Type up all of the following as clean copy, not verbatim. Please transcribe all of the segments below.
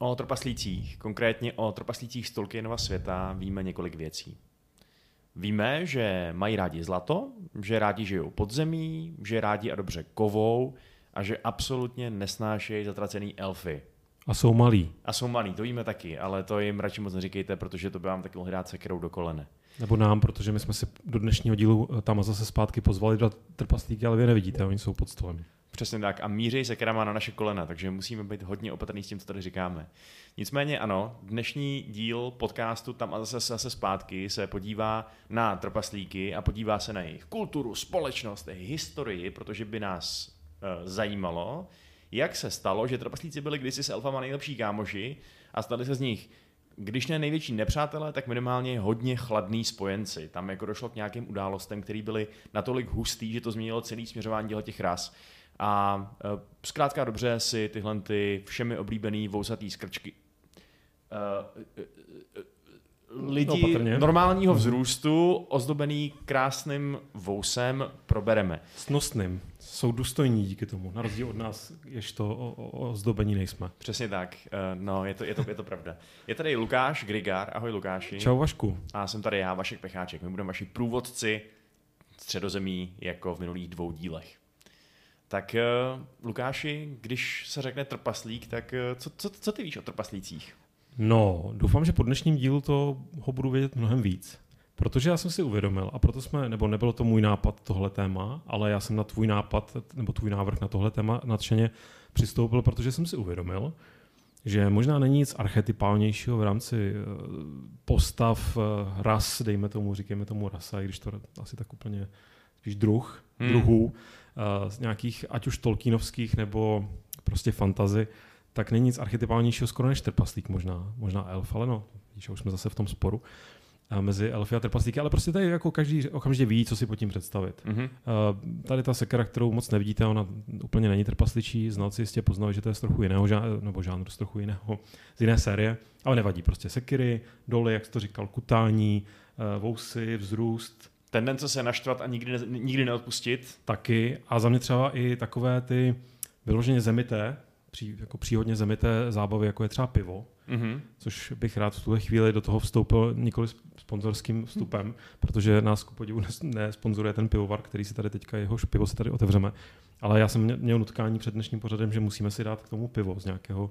O trpaslících, konkrétně o trpaslících z Tolkienova světa, víme několik věcí. Víme, že mají rádi zlato, že rádi žijou pod zemí, že rádi a dobře kovou a že absolutně nesnášejí zatracený elfy. A jsou malí. A jsou malí, to víme taky, ale to jim radši moc neříkejte, protože to by vám taky mohli dát sekerou do kolene. Nebo nám, protože my jsme si do dnešního dílu tam a zase zpátky pozvali dva trpaslíky, ale vy nevidíte, oni jsou pod stolem. Přesně tak. A míří sekerama na naše kolena, takže musíme být hodně opatrný s tím, co tady říkáme. Nicméně ano, dnešní díl podcastu Tam a zase zpátky se podívá na trpaslíky a podívá se na jejich kulturu, společnost, historii, protože by nás zajímalo, jak se stalo, že trpaslíci byli kdysi s elfama nejlepší kámoši a stali se z nich, když ne největší nepřátelé, tak minimálně hodně chladný spojenci. Tam jako došlo k nějakým událostem, které byly natolik hustý, že to změnilo celý směřování těch ras. A zkrátka dobře si tyhle ty všemi oblíbený vousatý skrčky lidi normálního vzrůstu, ozdobený krásným vousem, probereme. Snosným. Jsou důstojní díky tomu. Na rozdíl od nás, ježto ozdobení nejsme. Přesně tak. No, je to pravda. Je tady Lukáš Grigar. Ahoj Lukáši. Čau Vašku. A jsem tady já, Vašek Pecháček. My budeme vaši průvodci středozemí jako v minulých 2 dílech. Tak Lukáši, když se řekne trpaslík, tak co ty víš o trpaslících? No, doufám, že po dnešním dílu to ho budu vědět mnohem víc. Protože já jsem si uvědomil, a proto nebylo to můj nápad tohle téma, ale já jsem na tvůj nápad, nebo tvůj návrh na tohle téma nadšeně přistoupil, protože jsem si uvědomil, že možná není nic archetypálnějšího v rámci postav, ras, říkáme tomu rasa, i když to asi tak úplně spíš druhů, z nějakých, ať už tolkienovských, nebo prostě fantasy, tak není nic archetypálnějšího skoro než trpaslík, možná elf, ale no, víš, už jsme zase v tom sporu mezi elfy a trpaslíky, ale prostě tady jako každý okamžitě ví, co si pod tím představit. Mm-hmm. Tady ta sekera, kterou moc nevidíte, ona úplně není trpasličí, znalci jistě poznali, že to je z trochu jiného žánru, z trochu jiného, z jiné série, ale nevadí, prostě sekery, doly, jak jsi to říkal, kutání, vousy, vzrůst. Tendence se naštvat a nikdy neodpustit. Taky. A za mě třeba i takové ty vyloženě zemité, jako příhodně zemité zábavy, jako je třeba pivo, což bych rád v tuhle chvíli do toho vstoupil nikoli sponzorským vstupem, protože nás ku podivu nesponzoruje ten pivovar, který si tady teďka, jehož pivo si tady otevřeme. Ale já jsem měl nutkání před dnešním pořadem, že musíme si dát k tomu pivo z nějakého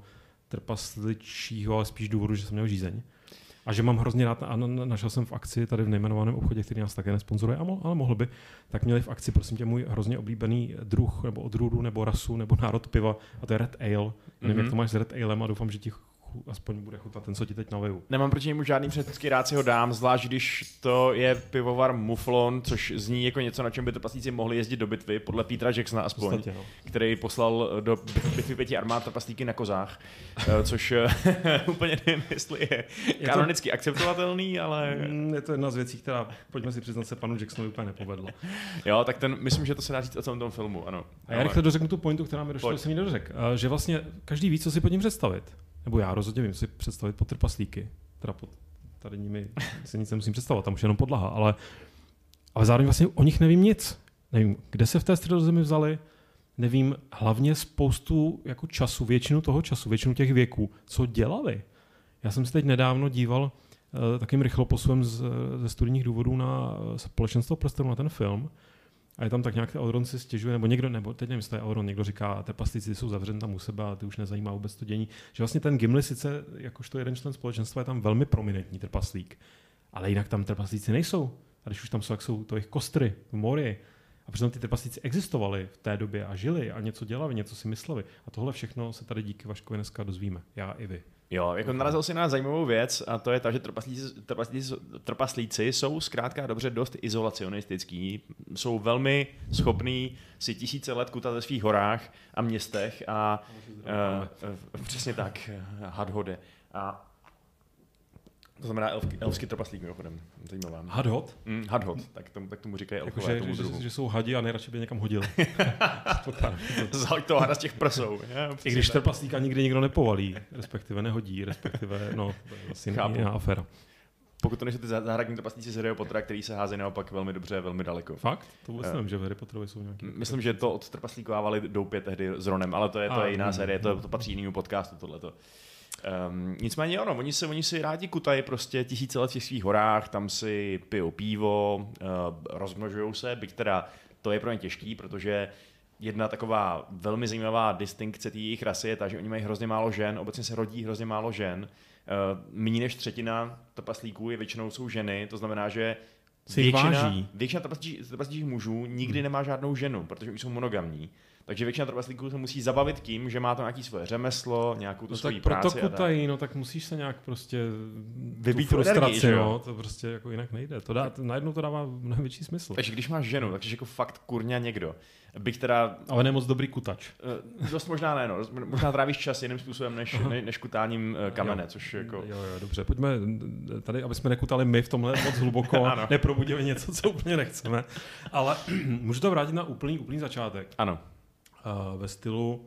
trpasličího, ale spíš důvodu, že jsem měl žízeň. A že mám hrozně rád, a našel jsem v akci tady v nejmenovaném obchodě, který nás také nesponzoruje, ale mohl by, tak měli v akci, prosím tě, můj hrozně oblíbený druh, nebo odrůdu, nebo rasu, nebo národ piva, a to je Red Ale. Nevím, jak to máš s Red Alem a doufám, že ti aspoň bude chutnat ten, co ti teď naleju. Nemám proti němu žádný předsky, rád si ho dám, zvlášť když to je pivovar Muflon, což zní jako něco, na čem by trpaslíci mohli jezdit do bitvy, podle Petera Jacksona aspoň, Podstatě, no. Který poslal do bitvy 5 armád trpaslíky na kozách, což úplně nevím, jestli je kanonicky akceptovatelný, ale... Je to jedna z věcí, která, pojďme si přiznat, se panu Jacksonovi úplně nepovedla. Jo, tak myslím, že to se dá říct o celém tom filmu, ano. A já rychle dořeknu tu pointu, která mi došla, že jsem ji nedořekl, že vlastně každý ví, co si pod ním představit. Nebo já rozhodně vím si představit pod trpaslíky. Teda pod tady nimi si nic nemusím představovat, tam už jenom podlaha, ale zároveň vlastně o nich nevím nic. Nevím, kde se v té středozemi vzali, nevím hlavně spoustu jako času, většinu většinu těch věků, co dělali. Já jsem si teď nedávno díval takým rychloposuvem ze studijních důvodů na Společenstvo prstenů, na ten film. A je tam tak nějak Elrond si stěžuje, nebo někdo, nebo teď nevím, jestli to je Elrond, někdo říká, trpaslíci jsou zavřeni tam u sebe a ty už nezajímá vůbec to dění. Že vlastně ten Gimli sice, jakožto jeden člen společenstva, je tam velmi prominentní trpaslík, ale jinak tam trpaslíci nejsou. A když už tam jsou, jak jsou to jejich kostry v mori. A přitom ty trpaslíci existovali v té době a žili a něco dělali, něco si mysleli. A tohle všechno se tady díky Vaškovi dneska dozvíme. Já i vy. Jo, jako narazil si na zajímavou věc a to je ta, že trpaslíci jsou zkrátka dobře dost izolacionistický, jsou velmi schopní si tisíce let kutat ve svých horách a městech a přesně tak, hadhode. A to znamená elfský trpaslík mimochodem, zajímavá. Hadhod? Hadhod, tak tomu říkají elfové tomu druhu. Že jsou hadi a nejradši by někam hodili. Zhoď toho hada z těch prsou. I když trpaslíka nikdy nikdo nepovalí, respektive nehodí, respektive, no, vlastně jiná aféra. Pokud to nejsou ty zahradní trpaslíci z Harryho Pottera, který se házejí naopak velmi dobře, velmi daleko. Fakt? To vůbec nevím, že v Harry Potterovi jsou nějaký... Myslím, že to odtrpaslíkovávali doupě tehdy s Ronem, ale to je jiná série, to patří jinému podcastu tohleto. Nicméně ono, oni si rádi kutají prostě tisíce let v těch svých horách, tam si pijou pivo, rozmnožujou se, byť teda to je pro ně těžký, protože jedna taková velmi zajímavá distinkce té jejich rasy je ta, že oni mají hrozně málo žen, obecně se rodí hrozně málo žen. Méně než třetina trpaslíků většinou jsou ženy, to znamená, že většina trpaslíčích mužů nikdy nemá žádnou ženu, protože už jsou monogamní. Takže většina trpaslíků se musí zabavit tím, že má to nějaké svoje řemeslo, nějakou tu svoji práci. Tak proto kutají, no tak musíš se nějak prostě vybít tu frustraci, no, to prostě jako jinak nejde. Najednou to dává mnohem větší smysl. Takže když máš ženu, takže jako fakt kurňa někdo. Byť teda... Ale ne moc dobrý kutač. Dost možná ne, no. Možná trávíš čas jiným způsobem než kutáním kamene, což jako... Jo, dobře, pojďme tady, aby jsme nekutali my v tomhle moc hluboko, neprobudili něco, co úplně nechceme. Ale můžu to vrátit na úplný začátek. Ano. Ve stylu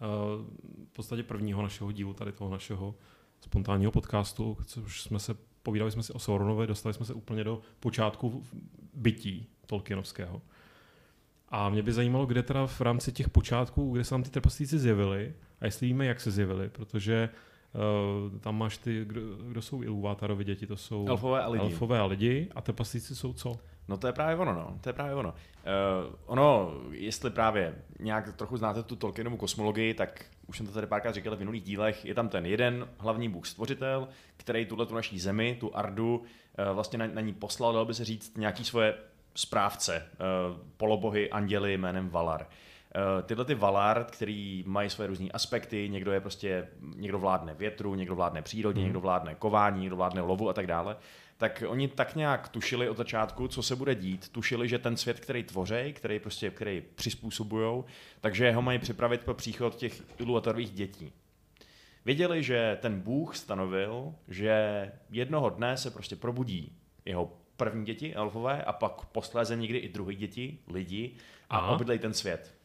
v podstatě prvního našeho dílu, tady toho našeho spontánního podcastu, což povídali jsme si o Sauronovi, dostali jsme se úplně do počátku bytí Tolkienovského. A mě by zajímalo, kde teda v rámci těch počátků, kde se tam ty trpaslíci zjevili a jestli víme, jak se zjevili, protože tam máš ty, kdo jsou Ilúvátarovi děti, to jsou elfové a lidi a trpaslíci jsou co? No to je právě ono, no. To je právě ono. Ono, jestli právě nějak trochu znáte tu Tolkienovu kosmologii, tak už jsem to tady párkrát říkal v minulých dílech, je tam ten jeden hlavní bůh stvořitel, který tu naší zemi, tu Ardu, vlastně na ní poslal, dalo by se říct, nějaký svoje správce, polobohy, anděli jménem Valar. Tyhle ty Valar, který mají svoje různé aspekty, někdo vládne větru, někdo vládne přírodě, někdo vládne kování, někdo vládne lovu a tak dále, tak oni tak nějak tušili od začátku, co se bude dít, tušili, že ten svět, který tvoří, který přizpůsobujou, takže ho mají připravit pro příchod těch Ilúvátarových dětí. Věděli, že ten bůh stanovil, že jednoho dne se prostě probudí jeho první děti, elfové, a pak posléze někdy i druhé děti, lidi, a obydlejí ten svět.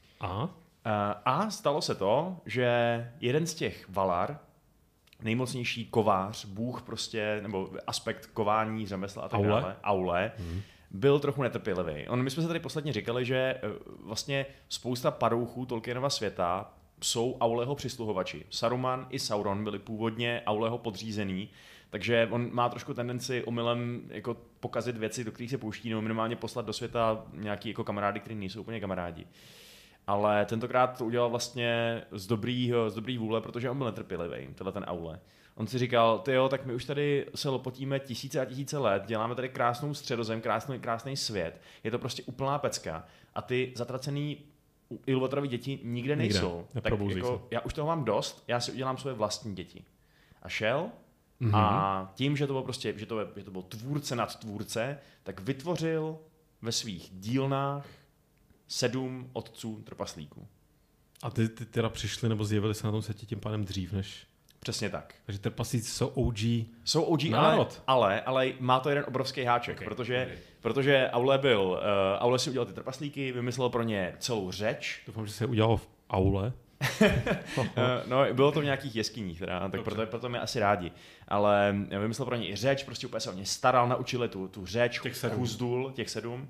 A stalo se to, že jeden z těch Valar, nejmocnější kovář, bůh prostě, nebo aspekt kování, řemesla a tak dále, Aule, byl trochu netrpělivý. My jsme se tady posledně říkali, že vlastně spousta padouchů Tolkienova světa jsou Auleho přisluhovači. Saruman i Sauron byli původně Auleho podřízený, takže on má trošku tendenci omylem jako pokazit věci, do kterých se pouští, nebo minimálně poslat do světa nějaký jako kamarády, kteří nejsou úplně kamarádi. Ale tentokrát to udělal vlastně z dobrý vůle, protože on byl netrpělivý, ten Aule. On si říkal, tak my už tady se lopotíme tisíce a tisíce let, děláme tady krásnou středozem, krásný svět, je to prostě úplná pecka a ty zatracený Ilúvátarovi děti nikde nejsou. Tak jako, já už toho mám dost, já si udělám svoje vlastní děti. A šel a tím, že to bylo prostě, že to byl tvůrce nad tvůrce, tak vytvořil ve svých dílnách 7 otců trpaslíků. A ty teda přišli nebo zjevili se na tom světě tím pádem dřív než... Přesně tak. Takže trpaslíci jsou OG. Jsou OG, ale má to jeden obrovský háček, protože Aule si udělal ty trpaslíky, vymyslel pro ně celou řeč. Doufám, že se udělal v Aule. No, bylo to v nějakých jeskyních, teda, tak proto mě asi rádi. Ale vymyslel pro ně i řeč, prostě úplně se o ně staral, naučili tu řeč, chuzdul, těch 7.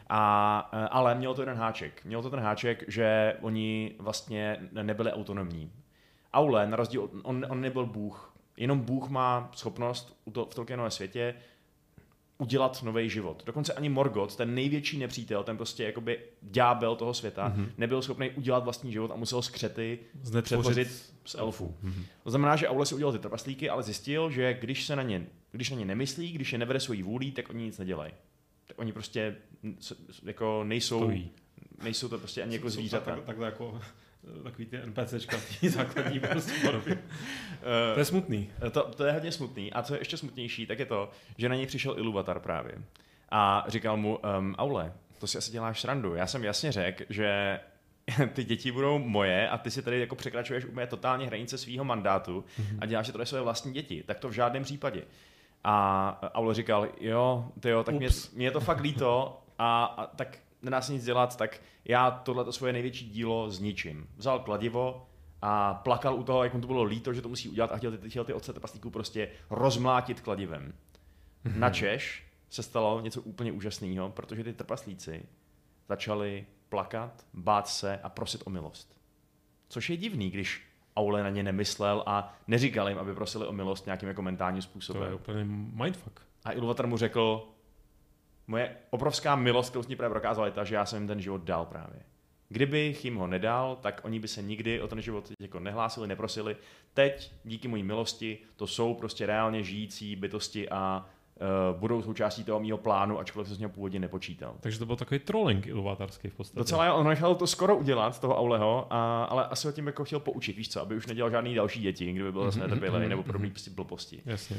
Ale mělo to jeden háček. Mělo to ten háček, že oni vlastně nebyli autonomní. Aule, na rozdíl, on nebyl bůh. Jenom bůh má schopnost v Tolkienově světě udělat nový život. Dokonce ani Morgoth, ten největší nepřítel, ten prostě jakoby ďábel toho světa, nebyl schopný udělat vlastní život a musel skřety přetvořit z elfů. To znamená, že Aule si udělal ty trpaslíky, ale zjistil, že když na ně nemyslí, když je nevede svojí vůlí, tak oni nic nedělají. Tak oni prostě jako nejsou to prostě ani jako zvířata. Takhle jako takový ty NPCčka, ty základní prostě podobě. To je smutný. To je hodně smutný. A co je ještě smutnější, tak je to, že na něj přišel Ilúvatar právě. A říkal mu, Aule, to si asi děláš srandu. Já jsem jasně řekl, že ty děti budou moje a ty si tady jako překračuješ úplně totálně hranice svého mandátu a děláš si tady své vlastní děti. Tak to v žádném případě. A Aule říkal, tak mě je to fakt líto a tak nedá se nic dělat, tak já tohleto svoje největší dílo zničím. Vzal kladivo a plakal u toho, jak mu to bylo líto, že to musí udělat a chtěl ty otce trpaslíků prostě rozmlátit kladivem. Načež se stalo něco úplně úžasného, protože ty trpaslíci začali plakat, bát se a prosit o milost. Což je divný, když Aule na ně nemyslel a neříkal jim, aby prosili o milost nějakým jako mentálním způsobem. To je úplně mindfuck. A Ilúvatar mu řekl, moje obrovská milost, kterou jsi mi právě prokázal, je ta, že já jsem jim ten život dal právě. Kdybych jim ho nedal, tak oni by se nikdy o ten život jako nehlásili, neprosili. Teď, díky mojí milosti, to jsou prostě reálně žijící bytosti a budou součástí toho mýho plánu, ačkoliv se s něho původně nepočítal. Takže to byl takový trolling ilúvatarský v podstatě. Docela on nechal to skoro udělat, toho Auleho, ale asi ho tím jako chtěl poučit, víš co, aby už nedělal žádný další děti, kdyby byl zase netrpělivý nebo podobný prostě blbosti. Jasně.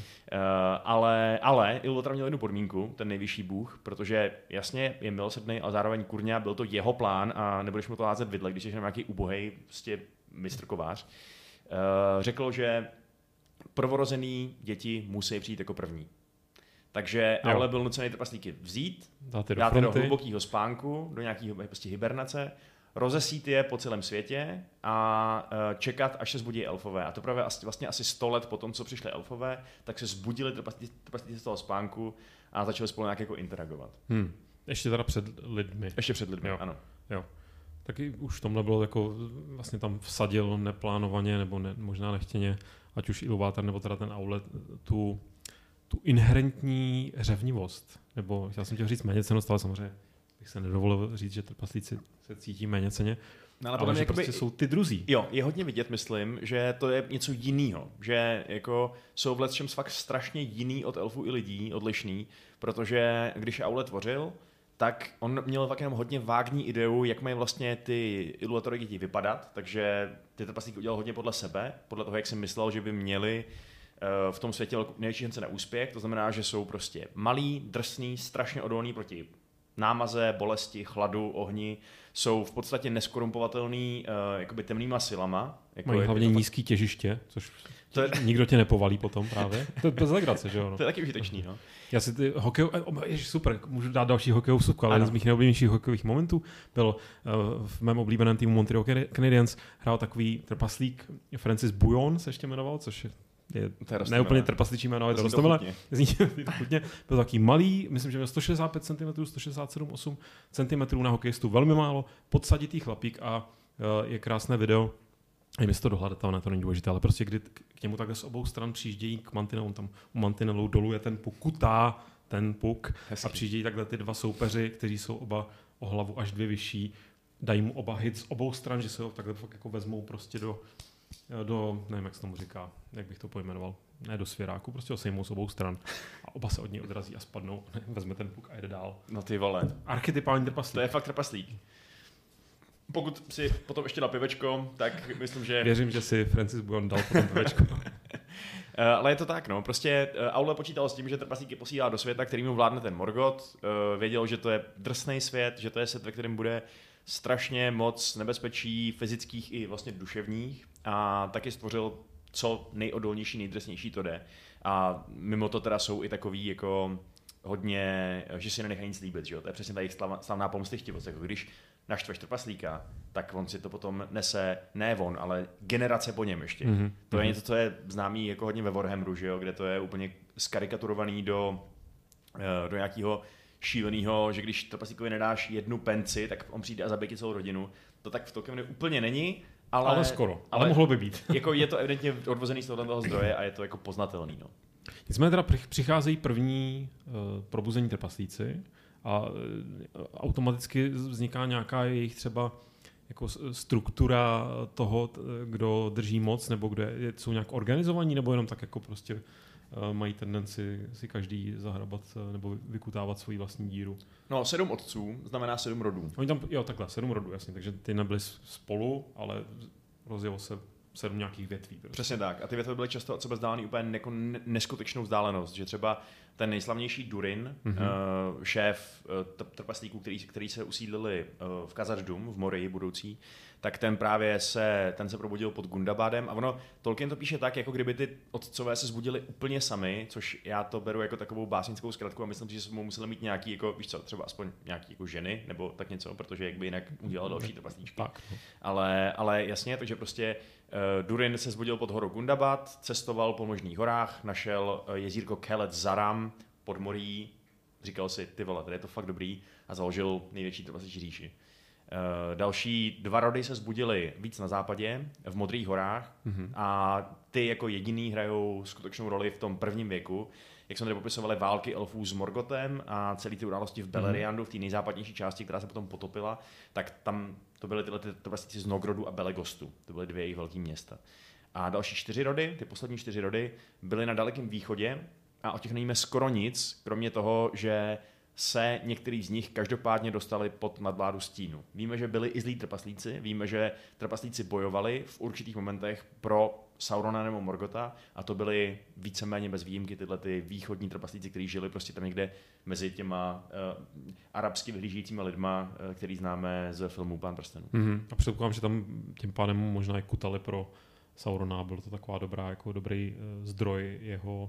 Ale Ilúvatar měl jednu podmínku, ten nejvyšší bůh, protože jasně je milosrdný, ale zároveň kurňa, byl to jeho plán a nebudeš mu to házet vidle, když jsi nějaký ubohej prostě mistr kovář. Řekl, že prvorozený děti musí přijít jako první. Takže Aule byl nucený trpaslíky vzít, dát do hlubokého spánku, do nějakého prostě hibernace, rozesít je po celém světě a čekat, až se zbudí elfové. A to právě vlastně asi 100 let po tom, co přišli elfové, tak se zbudili trpaslíci z toho spánku a začali spolu nějak jako interagovat. Ještě teda před lidmi. Ještě před lidmi, jo. Ano. Jo. Taky už v tomhle bylo jako vlastně tam vsadil neplánovaně nebo možná nechtěně, ať už Ilúvatar nebo teda ten Aule, tu inherentní řevnivost, nebo já jsem chtěl říct méněcennost, ale samozřejmě bych se nedovolil říct, že trpaslíci se cítí méněcenně, ale že prostě jsou ty druzí. Jo, je hodně vidět, myslím, že to je něco jiného, že jako jsou v lecčem fakt strašně jiný od elfů i lidí, odlišný, protože když Aule tvořil, tak on měl fakt jenom hodně vágní ideu, jak mají vlastně ty Ilúvatarovi děti vypadat, takže ty trpaslíky udělal hodně podle sebe, podle toho, jak si myslel, že by měli v tom světě největší šance na úspěch, to znamená, že jsou prostě malí, drsný, strašně odolní proti námaze, bolesti, chladu, ohni, jsou v podstatě neskorumpovatelný jakoby temnýma silama. Jako mají hlavně nízký těžiště, což nikdo tě nepovalí potom právě. To je bez legrace, že jo? No. To je taky užitečný, no. Já si ty super, můžu dát další hokejovou vsuvku, ale jeden z mých nejoblíbenějších hokejových momentů byl v mém oblíbeném týmu Montreal Canadiens hrál takový trpaslík Francis Bouillon, se ještě jmenoval, což je neúplně trpasličí jméno, ale to Rostomile. Byl takový malý, myslím, že měl 165 cm, 167 cm na hokejistu, velmi málo, podsaditý chlapík a je krásné video, nevím, jestli to dohledatelné, to není důležité, ale prostě kdy k němu takhle z obou stran přijíždějí k mantinelu, tam u mantinelu dolů je ten puk, kutá ten puk. Hezky. A přijíždějí takhle ty dva soupeři, kteří jsou oba o hlavu až 2 vyšší, dají mu oba hit z obou stran, že se ho takhle fakt jako vezmou prostě do, nevím, jak se tomu říká, jak bych to pojmenoval, ne do svěráku, prostě ho sejmou z obou stran a oba se od něj odrazí a spadnou, vezme ten puk a jede dál. No ty vole. Archetypální trpaslík. To je fakt trpaslík. Pokud si potom ještě dal pivečko, tak myslím, že... Věřím, že si Francis Bouillon dal potom pivečko. Ale je to tak, no. Prostě Aule počítal s tím, že trpaslíky posílá do světa, kterým vládne ten Morgoth. Věděl, že to je drsný svět, že to je svět, ve kterém bude strašně moc nebezpečí fyzických i vlastně duševních a taky stvořil co nejodolnější, nejdrsnější to jde. A mimo to teda jsou i takový jako hodně, že si nenechají nic líbit, že jo? To je přesně ta jejich slavná pomstychtivost. Jako když naštveš trpaslíka, tak on si to potom nese, ne on, ale generace po něm ještě. Mm-hmm. To je něco, co je známý jako hodně ve Warhammeru, že jo? Kde to je úplně skarikaturovaný do nějakého šílenýho, že když trpaslíkovi nedáš 1 penci, tak on přijde a zabije celou rodinu. To tak v Tolkienu úplně není, ale skoro. Ale mohlo by být. Jako je to evidentně odvozený z toho zdroje a je to jako poznatelný. No. Nicméně teda přicházejí první probuzení trpaslíci a automaticky vzniká nějaká jejich třeba jako struktura toho, kdo drží moc, nebo kdo jsou nějak organizovaní, nebo jenom tak jako prostě mají tendenci si každý zahrabat nebo vykutávat svoji vlastní díru. No, 7 otců znamená 7 rodů. Oni tam, jo, takhle, 7 rodů, jasně, takže ty nebyly spolu, ale rozjelo se 7 nějakých větví. Prostě. Přesně tak. A ty větve byly často od sebe vzdálený úplně jako neskutečnou vzdálenost, že třeba ten nejslavnější Durin, šéf trpaslíků, který se usídlili v Khazad-dûm, v Morii budoucí, tak ten se probudil pod Gundabadem a ono, Tolkien to píše tak, jako kdyby ty otcové se zbudili úplně sami, což já to beru jako takovou básnickou zkratku a myslím si, že jsme museli mít nějaký, jako, víš co, třeba aspoň nějaký jako ženy, nebo tak něco, protože jak by jinak udělal další trpaslíčky. Ale jasně, takže prostě Durin se zbudil pod horou Gundabad, cestoval po možných horách, našel jezírko Keled Zaram pod moří, říkal si, ty vole, tady je to fakt dobrý a založil největší trpaslíčí říši. Další 2 rody se zbudily víc na západě, v Modrých horách a ty jako jediný hrajou skutečnou roli v tom prvním věku. Jak jsme tady popisovali války elfů s Morgotem a celé ty události v Beleriandu, v té nejzápadnější části, která se potom potopila, tak tam to byly tyhle trpaslíci z Nogrodu a Belegostu. To byly 2 jejich velké města. A další 4 rody, ty poslední 4 rody, byly na dalekém východě a o těch nevíme skoro nic, kromě toho, že se některý z nich každopádně dostali pod nadvládu stínu. Víme, že byli i zlí trpaslíci, víme, že trpaslíci bojovali v určitých momentech pro Saurona nebo Morgota a to byly víceméně bez výjimky tyhle ty východní trpaslíci, kteří žili prostě tam někde mezi těma arabsky vyhlížejícíma lidma, který známe z filmu Pán prstenů. A předpokládám, že tam tím pádem možná i kutali pro Saurona, byl to taková dobrý zdroj jeho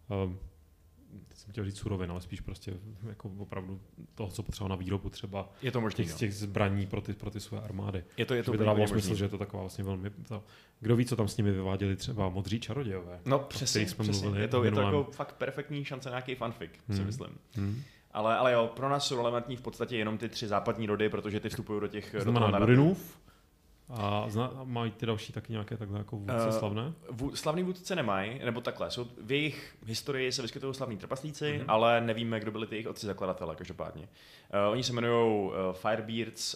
teď jsem chtěl říct surovin, ale spíš prostě jako opravdu toho, co potřeboval na výrobu třeba je to možný, těch zbraní pro ty své armády. Je to dávalo smysl, že je to taková vlastně velmi... Kdo ví, co tam s nimi vyváděli třeba modří čarodějové. No přesně. Je to jako fakt perfektní šance na nějaký fanfic, si myslím. Ale jo, pro nás jsou relevantní v podstatě jenom ty 3 západní rody, protože ty vstupují do těch... Znamená Durinův. A mají ty další taky nějaké takhle jako vůdce slavné? Slavný vůdce nemají, nebo takhle. V jejich historii se vyskytují slavní trpaslíci, ale nevíme, kdo byli ty jejich otci zakladatele, každopádně. Oni se jmenují Firebeards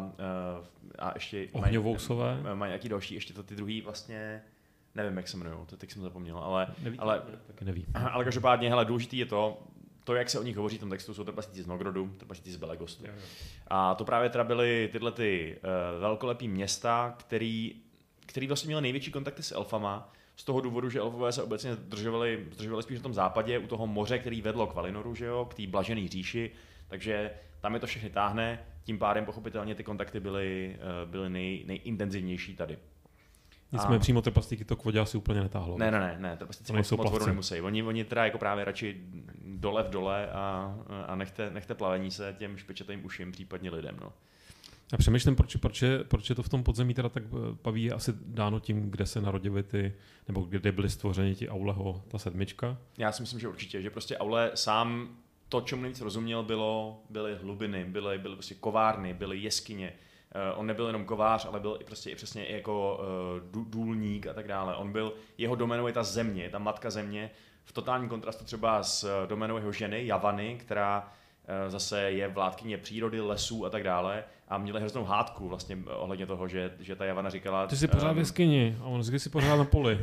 a ještě... Ohňovousové? Mají nějaký další, ještě to ty druhý vlastně... Nevím, jak se jmenují, to teď jsem zapomněl, ale... Taky nevím. Ale každopádně, hele, důležitý je to, jak se o nich hovoří v tom textu, jsou trpaslíci z Nogrodu, trpaslíci z Belegostu. A to právě teda byly tyhle ty velkolepý města, který vlastně měly největší kontakty s elfama, z toho důvodu, že elfové se obecně zdržovali spíš na tom západě, u toho moře, který vedlo k Valinoru, že jo, k té blažené říši, takže tam je to všechny táhne, tím pádem pochopitelně ty kontakty byly nejintenzivnější tady. Nicméně přímo trpaslíky to k vodě asi úplně netáhlo. Ne, trpaslíci moc vodu nemusí. Oni teda jako právě radši dole v dole a nechte plavení se těm špičatým uším, případně lidem. No. Já přemýšlím, proč je to v tom podzemí teda tak baví, je asi dáno tím, kde se narodili nebo kde byly stvořeni ti Auleho, ta 7. Já si myslím, že určitě, že prostě Aule sám to, čemu nejvíc rozuměl, byly hlubiny, byly prostě kovárny, byly jeskyně. On nebyl jenom kovář, ale byl i přesně jako důlník a tak dále. Jeho doménou je ta země, ta matka země, v totálním kontrastu třeba s doménou jeho ženy, Javany, která zase je vládkyně přírody, lesů a tak dále a měli hroznou hádku vlastně ohledně toho, že ta Javana říkala... Ty jsi pořád v jeskyni a on si pořád na poli.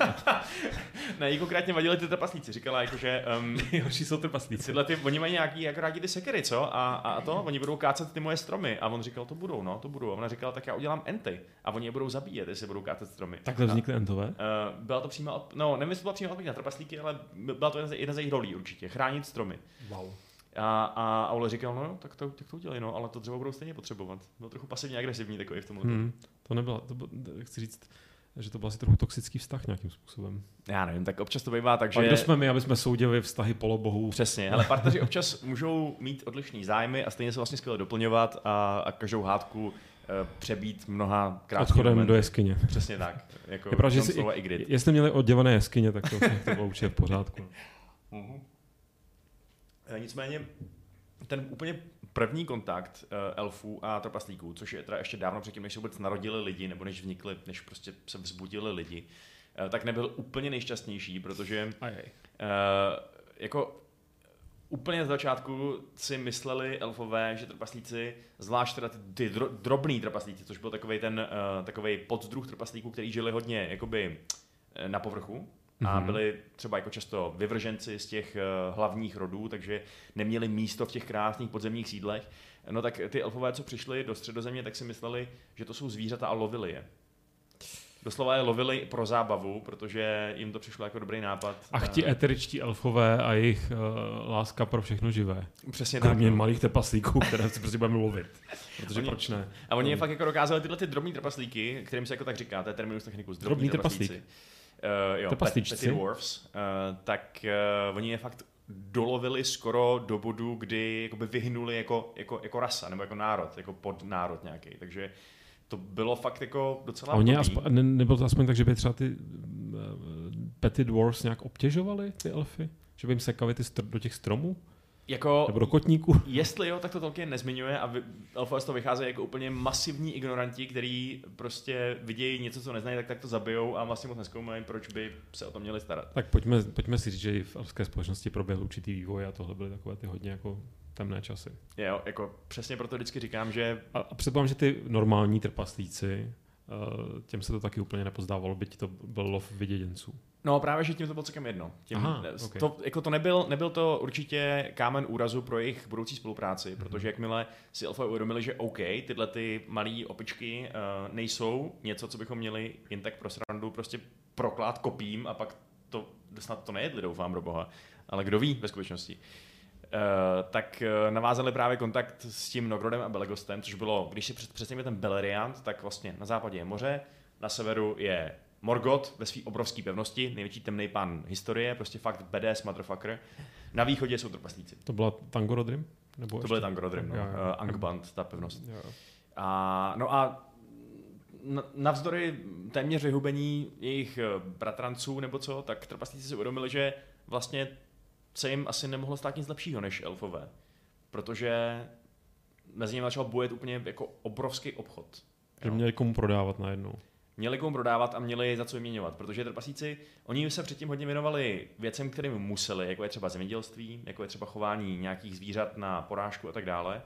Ne, jí konkrétně vadili ty trpaslíci. Říkala jako, že... Nejhorší jsou trpaslíci. Oni mají nějaký jako rádi ty sekery, co? A to, oni budou kácet ty moje stromy. A on říkal, to budou. A ona říkala, tak já udělám enty. A oni je budou zabíjet, jestli budou kácet stromy. Takhle vznikly entové? Byla to přímo, nevím, jestli to byla přímo odpověď na trpaslíky, ale byla to jedna z jejich rolí určitě. Chránit stromy. Wow. A Aule říkal, no tak to udělej, no, ale to dřevo budou stejně potřebovat. Byl trochu pasivně agresivní takový v tomhle. To nebylo, chci říct, že to byl asi trochu toxický vztah nějakým způsobem. Já nevím, tak občas to bývá tak, že... A kdo jsme my, aby jsme soudili vztahy polobohů? Přesně, ale partneři občas můžou mít odlišný zájmy a stejně se vlastně skvěle doplňovat a každou hádku přebít mnoha krásných odchodem momentů. Do jeskyně. Přesně tak. Jako jestli měli oddělené jeskyně, tak to bylo určitě v pořádku. Nicméně ten úplně první kontakt elfů a trpaslíků, což je teda ještě dávno předtím, než se vůbec narodili lidi, nebo než prostě se vzbudili lidi, tak nebyl úplně nejšťastnější, protože jako úplně z začátku si mysleli elfové, že trpaslíci, zvlášť teda ty drobný trpaslíci, což byl takovej poddruh trpaslíků, který žili hodně jakoby na povrchu, a byli třeba jako často vyvrženci z těch hlavních rodů, takže neměli místo v těch krásných podzemních sídlech. No tak ty elfové, co přišli do Středozemě, tak si mysleli, že to jsou zvířata a lovili je. Doslova je lovili pro zábavu, protože jim to přišlo jako dobrý nápad. Ach, ti eteričtí elfové a jejich láska pro všechno živé. Přesně tak. Kromě malých trpaslíků, které si prostě budeme lovit. Protože proč ne? A oni je fakt jako dokázali tyhle ty drobný trpaslíky, kterým se jako tak říká, to je terminus technicus, drobný trpaslíci. Petty dwarfs, tak oni je fakt dolovili skoro do bodu, kdy jakoby vyhnuli jako rasa, nebo jako národ, jako podnárod nějaký. Takže to bylo fakt jako docela blbý. A nebylo to aspoň tak, že by třeba ty Petty dwarfs nějak obtěžovali, ty elfy? Že by jim sekali do těch stromů? Nebo do kotníku. Jestli jo, tak to Tolkien nezmiňuje a elfové z toho vycházejí jako úplně masivní ignoranti, který prostě vidějí něco, co neznají, tak to zabijou a vlastně moc nezkoumají, proč by se o to měli starat. Tak pojďme si říct, že i v elfské společnosti proběhl určitý vývoj a tohle byly takové ty hodně jako temné časy. Jo, jako přesně proto vždycky říkám, že... A předpokládám, že ty normální trpaslíci, těm se to taky úplně nepozdávalo, byť to byl lov vyděděnců. No právě, že tím to bylo celkem jedno. Okay. To nebyl to určitě kámen úrazu pro jejich budoucí spolupráci, protože jakmile si elfové uvědomili, že OK, tyhle ty malé opičky nejsou něco, co bychom měli jen tak pro srandu prostě proklát kopím a pak to snad to nejedli, doufám, pro boha, ale kdo ví ve skutečnosti. Tak navázali právě kontakt s tím Nogrodem a Belegostem, což bylo, když si představíme ten Beleriand, tak vlastně na západě je moře, na severu je Morgoth ve své obrovské pevnosti, největší temný pán historie, prostě fakt badass motherfucker. Na východě jsou trpaslíci. To byla Tangorodrim? To byly Tangorodrim, no. Angband, ta pevnost. A navzdory téměř vyhubení jejich bratranců nebo co, tak trpaslíci si uvědomili, že vlastně se jim asi nemohlo stát nic lepšího než elfové. Protože mezi nimi začal bojet úplně jako obrovský obchod. Že měli komu prodávat najednou. Měli komu prodávat a měli za co vyměňovat, protože trpaslíci, oni se předtím hodně věnovali věcem, kterým museli, jako je třeba zemědělství, jako je třeba chování nějakých zvířat na porážku a tak dále,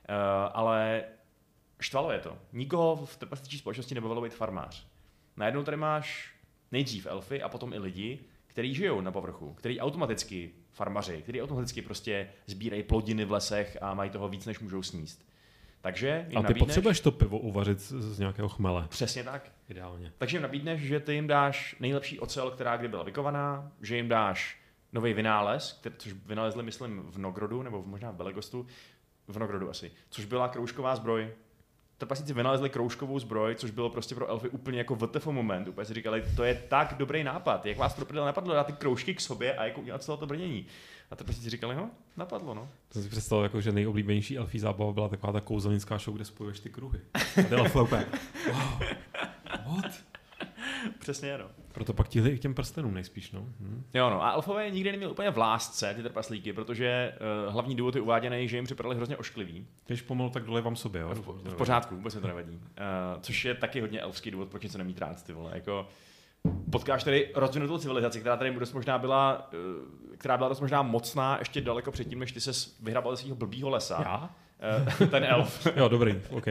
ale štvalo je to. Nikoho v trpaslíčí společnosti nebavilo být farmář. Najednou tady máš nejdřív elfy a potom i lidi, kteří žijou na povrchu, kteří automaticky farmaři, kteří automaticky prostě sbírají plodiny v lesech a mají toho víc, než můžou sníst. Takže a ty potřebuješ to pivo uvařit z nějakého chmele. Přesně tak. Ideálně. Takže jim nabídneš, že ty jim dáš nejlepší ocel, která kdy byla vykovaná, že jim dáš nový vynález, což vynalezli, myslím, v Nogrodu, nebo možná v Belegostu, v Nogrodu asi, což byla kroužková zbroj. Trpaslíci vynalezli kroužkovou zbroj, což bylo prostě pro elfy úplně jako WTF moment. Úplně si říkali, to je tak dobrý nápad. Jak vás to napadlo dát ty kroužky k sobě a jako udělat z toho to brnění? A trpaslíci říkali, no, napadlo, no. To si představil, jako, že nejoblíbenější elfí zábava byla taková ta kouzelnická show, kde spojuješ ty kruhy. A ty elfy úplně, wow, what? Přesně, no. Proto pak tíhli i k těm prstenům nejspíš, no. Jo, no. A elfové nikdy neměli úplně v lásce ty trpaslíky, protože hlavní důvod je uváděný, že jim připadali hrozně ošklivý. Když pomalu, tak dolejvám sobě, jo. V pořádku, vůbec mi to nevadí. Což je taky hodně elfský důvod, proč něco nemít rád, ty vole. Jako, potkáš tady rozvinutou civilizaci, která tady dost možná byla, dost možná mocná ještě daleko předtím, než ty ses vyhrabal ze svého blbýho lesa. Já? Ten elf. Jo, dobrý, OK.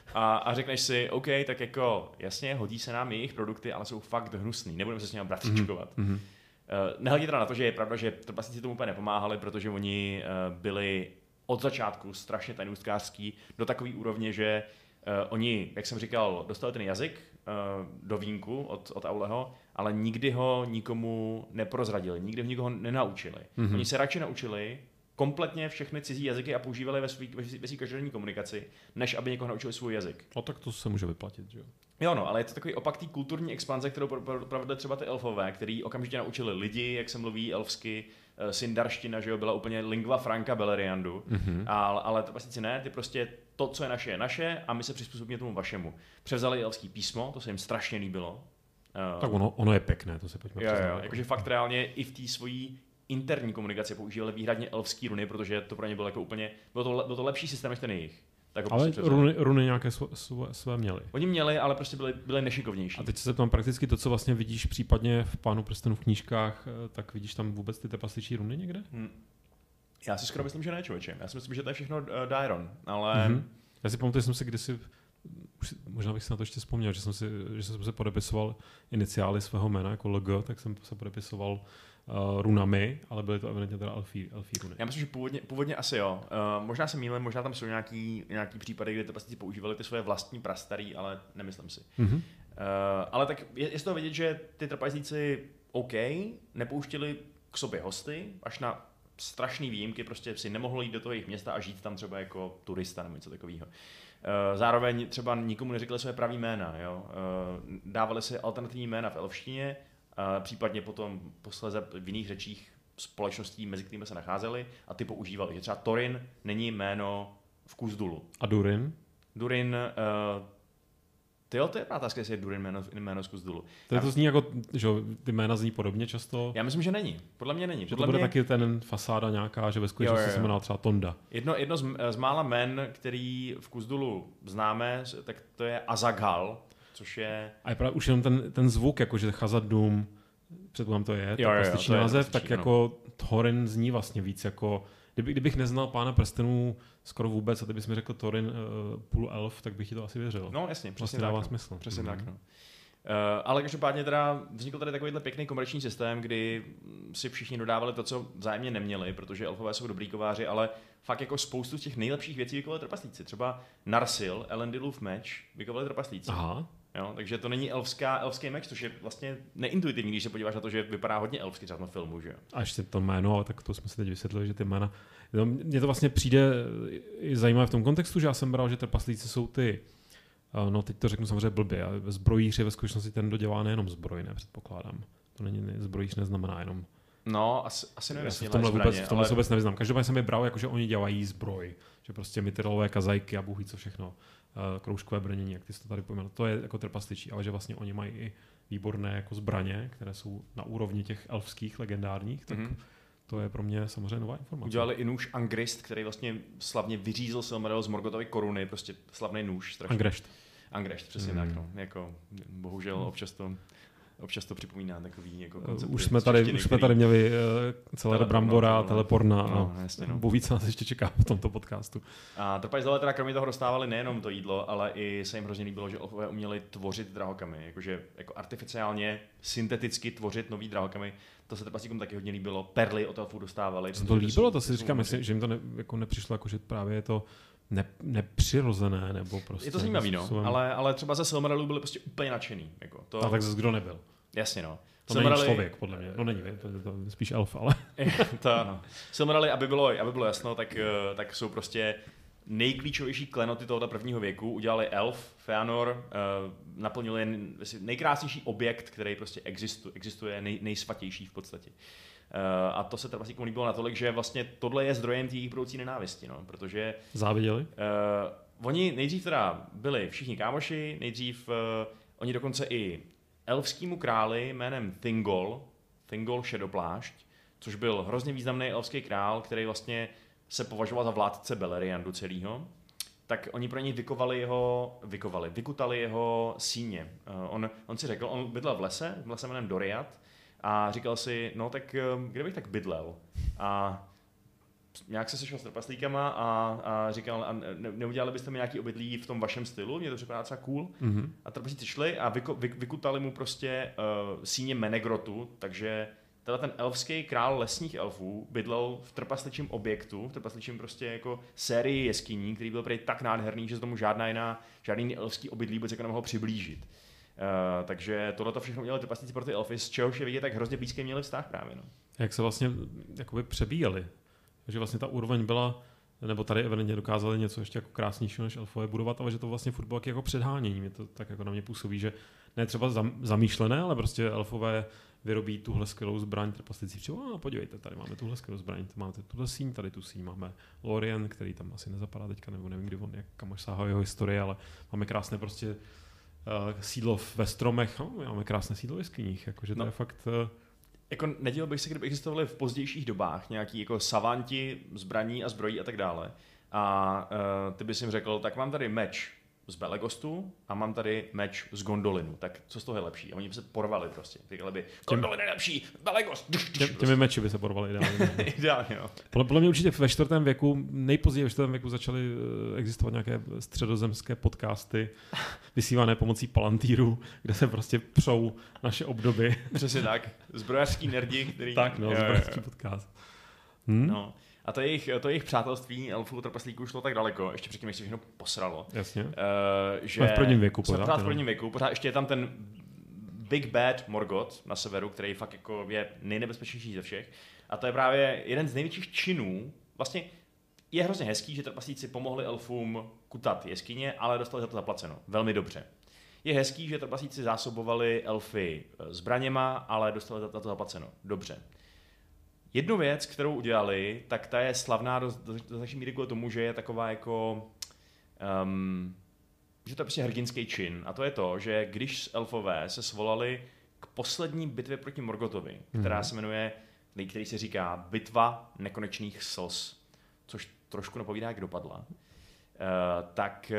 A řekneš si, OK, tak jako jasně, hodí se nám jejich produkty, ale jsou fakt hnusný, nebudeme se s nimi bratříčkovat. Mm-hmm. Nehledě teda na to, že je pravda, že trpaslíci tomu úplně nepomáhali, protože oni byli od začátku strašně tajnůstkářský do takové úrovně, že oni, jak jsem říkal, dostali ten jazyk do vínku od Auleho, ale nikdy ho nikomu neprozradili, nikdy ho nikoho nenaučili. Mm-hmm. Oni se radši naučili kompletně všechny cizí jazyky a používali ve své každodenní komunikaci, než aby někoho naučili svůj jazyk. No tak to se může vyplatit, že jo? Jo, no, ale je to takový opak té kulturní expanze, kterou provedli třeba ty elfové, který okamžitě naučili lidi, jak se mluví elfsky, sindarština, že jo, byla úplně lingua franca Beleriandu, ale to vlastně ne, ty prostě to, co je naše a my se přizpůsobíme tomu vašemu. Převzali elfský písmo, to se jim strašně líbilo. Tak ono je pěkné, to se pojďme přiznat. Jo, jakože fakt reálně i v té svojí interní komunikaci používali výhradně elfský runy, protože to pro ně bylo jako úplně, bylo to lepší systém než ten jejich. Tak ale prostě runy nějaké své měli. Oni měli, ale prostě byli nešikovnější. A teď se tam prakticky to, co vlastně vidíš případně v Pánu prstenů v knížkách, tak vidíš tam vůbec ty trpasličí runy někde? Já si skoro myslím, že ne, člověče. Já si myslím, že to je všechno Dairon, ale... Já si pamatuju, že jsem si kdysi, možná bych si na to ještě vzpomněl, že jsem se podepisoval iniciály svého jména jako LG, tak jsem se podepisoval runami, ale byly to evidentně teda elfí runy. Já myslím, že původně asi jo. Možná se mýlím, možná tam jsou nějaký případy, kde trpaslíci používali ty svoje vlastní prastarý, ale nemyslím si. Ale tak je z toho vidět, že ty trpaslíci OK, nepouštili k sobě hosty, až na strašný výjimky, prostě si nemohli jít do toho jejich města a žít tam třeba jako turista nebo něco takového. Zároveň třeba nikomu neřekli své pravý jména, jo. Dávali si alternativní jména v elfštině, případně potom posléze v jiných řečích společností, mezi kterými se nacházeli, a ty používali. Že třeba Thorin není jméno v Kuzdulu. A Durin? Durin Tyjo, to je otázka, jestli je Durin jméno z Kuzdulu. To zní jako, že ty jména zní podobně často. Já myslím, že není. Podle mě není. Že to bude taky ten fasáda nějaká, že ve skutečnosti se jmenuje třeba Tonda. Jedno z mála jmen, který v Kuzdulu známe, tak to je Azaghal, což je... A je právě už jenom ten zvuk, jakože Chazad-dûm, předpokládám to je, plastiční název, tak jako Thorin zní vlastně víc jako... Kdybych neznal Pána prstenů skoro vůbec a ty bys mi řekl Thorin půl elf, tak bych ti to asi věřil. No jasně, přesně vlastně tak. Dává smysl. Přesně tak, no. Ale každopádně teda vznikl tady takovýhle pěkný komerční systém, kdy si všichni dodávali to, co vzájemně neměli, protože elfové jsou dobrý kováři, ale fakt jako spoustu z těch nejlepších věcí vykovali trpaslíci. Třeba Narsil, Elendilův meč, vykovali trpaslíci. Aha. Jo, takže to není elfský meč, což je vlastně neintuitivní, když se podíváš na to, že vypadá hodně elfsky třeba na filmu, že jo. A ještě to jméno, tak to jsme si teď vysvětlili, že ty jména... Mně to vlastně přijde zajímavé v tom kontextu, že já jsem bral, že trpaslíci jsou ty, no teď to řeknu samozřejmě blbě, a zbrojíři ve skutečnosti ten dodělá nejenom zbroj, ne, předpokládám. To není, zbrojíř neznamená jenom... No, asi nevím, v tomhle vůbec nevyznám. Každopádně jsem je bral, jako, že oni dělají zbroj. Že prostě mityrolové kazajky a bůh ví co všechno. Kroužkové brnění, jak ty jsi to tady pojmenoval. To je jako trpasličí, ale že vlastně oni mají i výborné jako zbraně, které jsou na úrovni těch elfských legendárních, tak to je pro mě samozřejmě nová informace. Udělali i nůž Angrist, který vlastně slavně vyřízl Silmaril z Morgothovy koruny, prostě slavný nůž. Angrest, přesně tak. No. Jako, bohužel občas to připomíná takový jako koncept. Už jsme tady měli celé Brambora, Teleporna a Bůh ví, co nás ještě čeká v tomto podcastu. A trpaslíci teda kromě toho dostávali nejenom to jídlo, ale i se jim hrozně líbilo, že elfové uměli tvořit drahokamy, jakože jako artificiálně, synteticky tvořit nový drahokamy. To se trpaslíkům taky hodně líbilo. Perly od elfů dostávali. To líbilo, to si říkám, že jim to jako nepřišlo, jako že právě je to nepřirozené, nebo prostě... Je to zajímavý, no, ale třeba ze Silmarilu byli prostě úplně nadšený. Jako to... A tak zase kdo nebyl? Jasně, no. To není člověk, podle mě. No není, to je spíš elf, ale... To ano. Silmarily, aby bylo jasno, tak jsou prostě nejklíčovější klenoty tohoto prvního věku. Udělali elf, Feanor, naplnili nejkrásnější objekt, který prostě existuje nejsvatější v podstatě. A to se trpaslíkům líbilo natolik, že vlastně tohle je zdrojem té jejich budoucí nenávisti, no, protože... Záviděli? Oni nejdřív teda byli všichni kámoši, oni dokonce i elfskému králi jménem Thingol Šedoplášť, což byl hrozně významný elfský král, který vlastně se považoval za vládce Beleriandu celýho, tak oni pro něj vykutali jeho síně. On si řekl, on bydlel v lese jménem Doriath a říkal si, no tak kde bych tak bydlel? A nějak se sešel s trpaslíkama a říkal, a neudělali byste mi nějaký obydlí v tom vašem stylu, mě to připadá třeba cool. Mm-hmm. A trpaslíci šli a vykutali mu prostě síně Menegrotu, takže teda ten elfský král lesních elfů bydlel v trpasličím objektu, v trpasličím prostě jako sérii jeskyní, který byl prý tak nádherný, že se tomu žádný elfský obydlí vůbec jako nemohl přiblížit. Takže tohle to všechno udělali trpaslíci pro ty elfy, z čehož je vidět, tak hrozně blízký měli vztah právě. No. Jak se vlastně jakoby přebíjeli? že vlastně ta úroveň byla, nebo tady evidentně dokázali něco ještě jako krásnějšího než elfové budovat, ale že to vlastně furt bylo jako předhánění. Mě to tak jako na mě působí, že ne třeba zamýšlené, ale prostě elfové vyrobí tuhle skvělou zbraň, trpaslíci přijde, podívejte, tady máme tuhle skvělou zbraň, máte tuhle síň, tady tu síň, máme Lorien, který tam asi nezapadá teďka, nebo nevím, kdy on, kam až sáhá jeho historie, ale máme krásné prostě sídlo ve stromech, máme krásné sídlo v jeskyních, jakože to je fakt... Jako nedělal bych se, kdyby existovaly v pozdějších dobách nějaký jako savanti, zbraní a zbrojí a tak dále. A ty bys jim řekl, tak mám tady meč z Belegostu a mám tady meč z Gondolinu. Tak co z toho je lepší? A oni by se porvali prostě. Říkali by, Gondolin je lepší, Belegost. Těmi meči by se porvali ideálně. Ideálně, no. Podle mě určitě ve 4. věku, nejpozději ve 4. věku začaly existovat nějaké středozemské podcasty vysílané pomocí palantýrů, kde se prostě přou naše obdoby. Přesně tak. Zbrojařský nerdi, který... Tak, zbrojařský podcast. No. A to jejich přátelství elfů trpaslíků šlo tak daleko, ještě předtím, než se všechno posralo. Jasně. Že v prvním věku pořád. V prvním věku. Pořád ještě je tam ten Big Bad Morgoth na severu, který fakt jako je nejnebezpečnější ze všech. A to je právě jeden z největších činů. Vlastně je hrozně hezký, že trpaslíci pomohli elfům kutat jeskyně, ale dostali za to zaplaceno. Velmi dobře. Je hezký, že trpaslíci zásobovali elfy zbraněma, ale dostali za to zaplaceno. Dobře. Jednu věc, kterou udělali, tak ta je slavná do značné míry kvůli tomu, že je taková jako že to je prostě hrdinský čin. A to je to, že když elfové se svolali k poslední bitvě proti Morgothovi, která se jmenuje, který se říká Bitva nekonečných slz, což trošku napovídá, jak dopadla, tak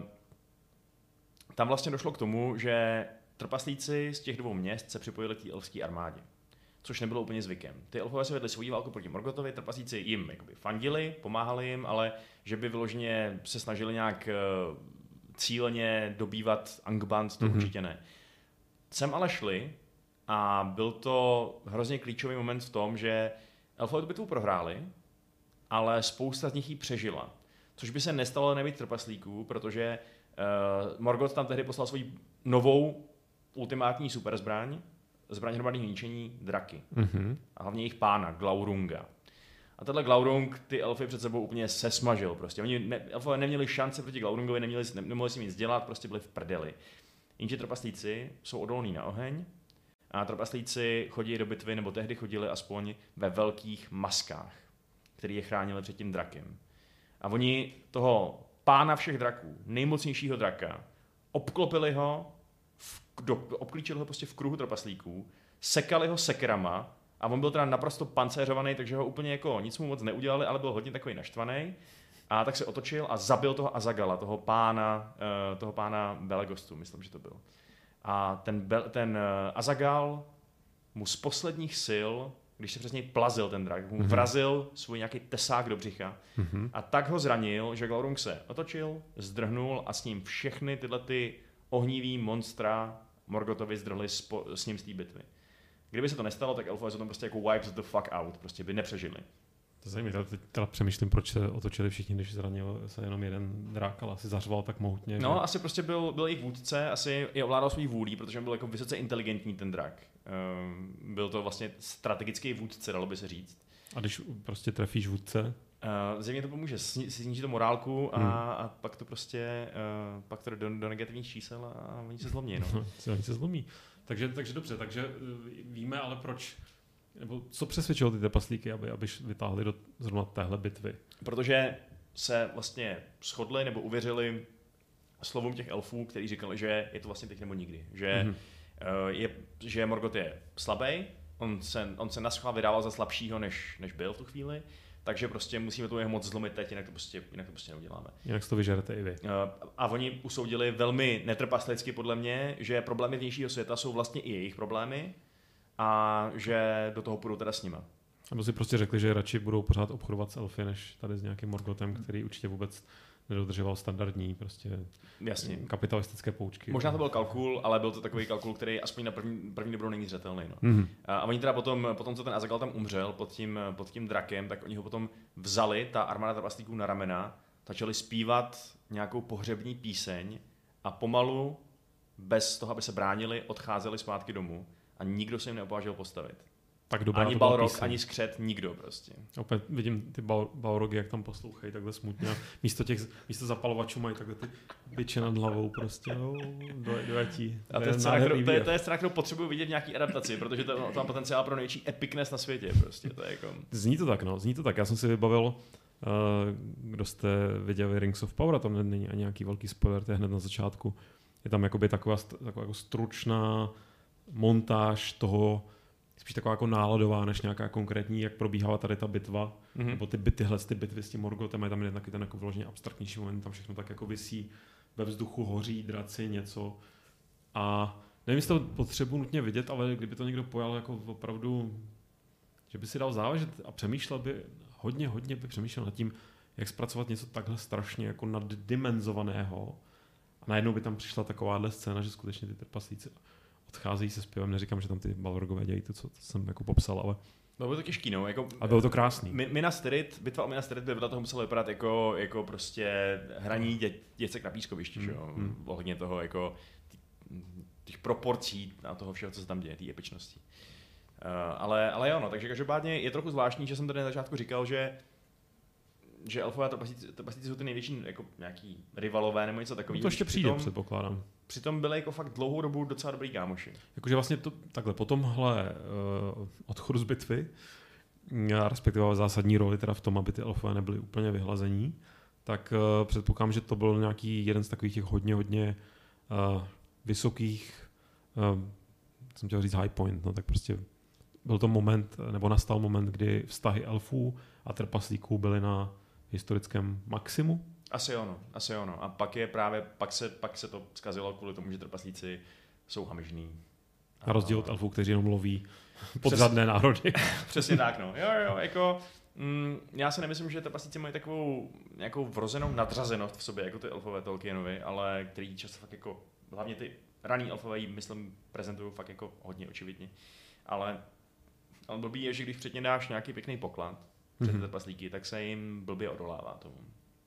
tam vlastně došlo k tomu, že trpaslíci z těch dvou měst se připojili k té elfské armádě, což nebylo úplně zvykem. Ty elfové se vedli svoji válku proti Morgothovi, trpaslíci jim jakoby fandili, pomáhali jim, ale že by vyloženě se snažili nějak cíleně dobývat Angband, to určitě ne. Sem ale šli a byl to hrozně klíčový moment v tom, že elfové tu bitvu prohráli, ale spousta z nich ji přežila. Což by se nestalo nebýt trpaslíků, protože Morgoth tam tehdy poslal svoji novou ultimátní superzbraň, zbraň hromadného ničení, draky. A hlavně jejich pána, Glaurunga. A tenhle Glaurung ty elfy před sebou úplně sesmažil. Prostě. Elfové neměli šance proti Glaurungovi, nemohli si nic dělat, prostě byli v prdeli. Jenže trpaslíci jsou odolní na oheň a trpaslíci chodí do bitvy, nebo tehdy chodili aspoň ve velkých maskách, který je chránili před tím drakem. A oni toho pána všech draků, nejmocnějšího draka, obklopili ho, obklíčili ho prostě v kruhu trpaslíků, sekali ho sekerama a on byl teda naprosto pancéřovaný, takže ho úplně jako nic mu moc neudělali, ale byl hodně takový naštvaný. A tak se otočil a zabil toho Azagala, toho pána Belegostu, myslím, že to byl. A ten Azagal mu z posledních sil, když se přes něj plazil ten drak, mu vrazil svůj nějaký tesák do břicha a tak ho zranil, že Glaurung se otočil, zdrhnul a s ním všechny tyhle ty ohnivý monstra Morgothovi zdrhli s ním z té bitvy. Kdyby se to nestalo, tak elfové se tam prostě jako wipes the fuck out, prostě by nepřežili. To zajímavé, teda přemýšlím, proč se otočili všichni, když zranil se jenom jeden drak, ale asi zařval tak mohutně. No, asi prostě byl jejich vůdce, asi je ovládal svůj vůlí, protože byl jako vysoce inteligentní ten drak. Byl to vlastně strategický vůdce, dalo by se říct. A když prostě trefíš vůdce? Zřejmě to pomůže, sníží to morálku a pak to prostě, pak to do negativních čísel a oni se zlomí. No. Oni se zlomí. Takže dobře, takže víme ale proč, nebo co přesvědčilo ty trpaslíky, aby vytáhli do zrovna téhle bitvy? Protože se vlastně shodli nebo uvěřili slovům těch elfů, kteří říkali, že je to vlastně teď nebo nikdy. Že Morgoth je slabý, on se naschvál vydával za slabšího, než byl v tu chvíli, takže prostě musíme tu jeho moc zlomit teď, jinak to prostě neuděláme. Jinak to vyžerete i vy. A oni usoudili velmi netrpaslicky podle mě, že problémy vnějšího světa jsou vlastně i jejich problémy a že do toho půjdou teda s nima. Nebo si prostě řekli, že radši budou pořád obchodovat s elfy, než tady s nějakým Morgothem, který určitě vůbec nedodržoval standardní prostě jasně kapitalistické poučky. Možná to byl kalkul, ale byl to takový kalkul, který aspoň na první dobrou není zřetelný. No. A oni teda potom, co ten Azagal tam umřel pod tím drakem, tak oni ho potom vzali, ta armáda trpaslíků na ramena, začali zpívat nějakou pohřební píseň a pomalu, bez toho, aby se bránili, odcházeli zpátky domů a nikdo se jim neopovážil postavit. Tak dobrá, ani Balrog, ani skřet, nikdo prostě. Opět vidím ty Balrogy, jak tam poslouchají takhle smutně. Místo zapalovačů mají takhle ty biče nad hlavou prostě. Dojatí. A to je scéna, kterou potřebuji vidět v nějaký adaptaci, protože to má potenciál pro největší epicness na světě. Prostě. To je jako... Zní to tak. Já jsem si vybavil, kdo jste viděli Rings of Power, tam není ani nějaký velký spoiler, to je hned na začátku. Je tam jakoby taková jako stručná montáž toho, spíš taková jako náladová, než nějaká konkrétní, jak probíhala tady ta bitva, nebo ty bitvy s tím Morgothem, je tam jeden takový ten jako vyloženě abstraktnější moment, tam všechno tak jako visí ve vzduchu, hoří, draci, něco. A nevím, jestli to potřebuji nutně vidět, ale kdyby to někdo pojal jako opravdu, že by si dal záležet a přemýšlel by, hodně by přemýšlel nad tím, jak zpracovat něco takhle strašně jako naddimenzovaného. A najednou by tam přišla takováhle scéna, že skutečně ty trpaslíci odcházejí se zpěvem, neříkám, že tam ty Balrogové dělají to, co jsem jako popsal, ale... Bylo to těžký, no. Jako, a bylo to krásný. Minas Tirith, bitva o Minas Tirith by vedle toho muselo vypadat jako prostě hraní děcek na pískovišti, že jo? Ohledně toho jako těch proporcí a toho všeho, co se tam děje, té epičnosti. Ale jo, no, takže každopádně je trochu zvláštní, že jsem tady na začátku říkal, že elfové a trpaslíci jsou ty největší jako nějaký rivalové nebo něco takového. To ještě přijde, předpokládám. Přitom byli jako fakt dlouhou dobu docela dobrý kámoši. Jakože vlastně to takhle po tomhle odchodu z bitvy, respektive zásadní roli teda v tom, aby ty elfové nebyli úplně vyhlazení, tak předpokládám, že to byl nějaký jeden z takových těch hodně vysokých, jsem chtěl říct high point, no tak prostě byl to moment, nebo nastal moment, kdy vztahy elfů a trpaslíků byly na historickém maximu. Asi ono. A pak se to zkazilo kvůli tomu, že trpaslíci jsou hamižní. Na rozdíl od elfů, kteří jenom loví podřadné národy. Přesně tak, no. Jo, jako já si nemyslím, že trpaslíci mají takovou nějakou vrozenou nadřazenost v sobě, jako ty elfové Tolkienovi, ale který často fakt jako, hlavně ty raný elfové, myslím, prezentují fakt jako hodně očividně. Ale blbý je, že když předtím dáš nějaký pěkný poklad před ty trpaslíky, tak se jim blbě odolává tomu.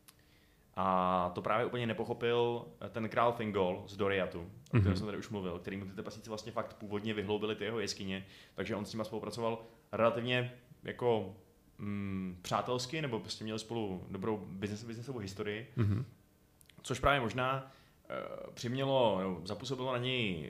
A to právě úplně nepochopil ten král Thingol z Doriatu, o kterém jsem tady už mluvil, který mu ty trpaslíci vlastně fakt původně vyhloubili ty jeho jeskyně, takže on s nima spolupracoval relativně jako přátelsky, nebo prostě měli spolu dobrou biznesovou historii, což právě možná zapůsobilo na něj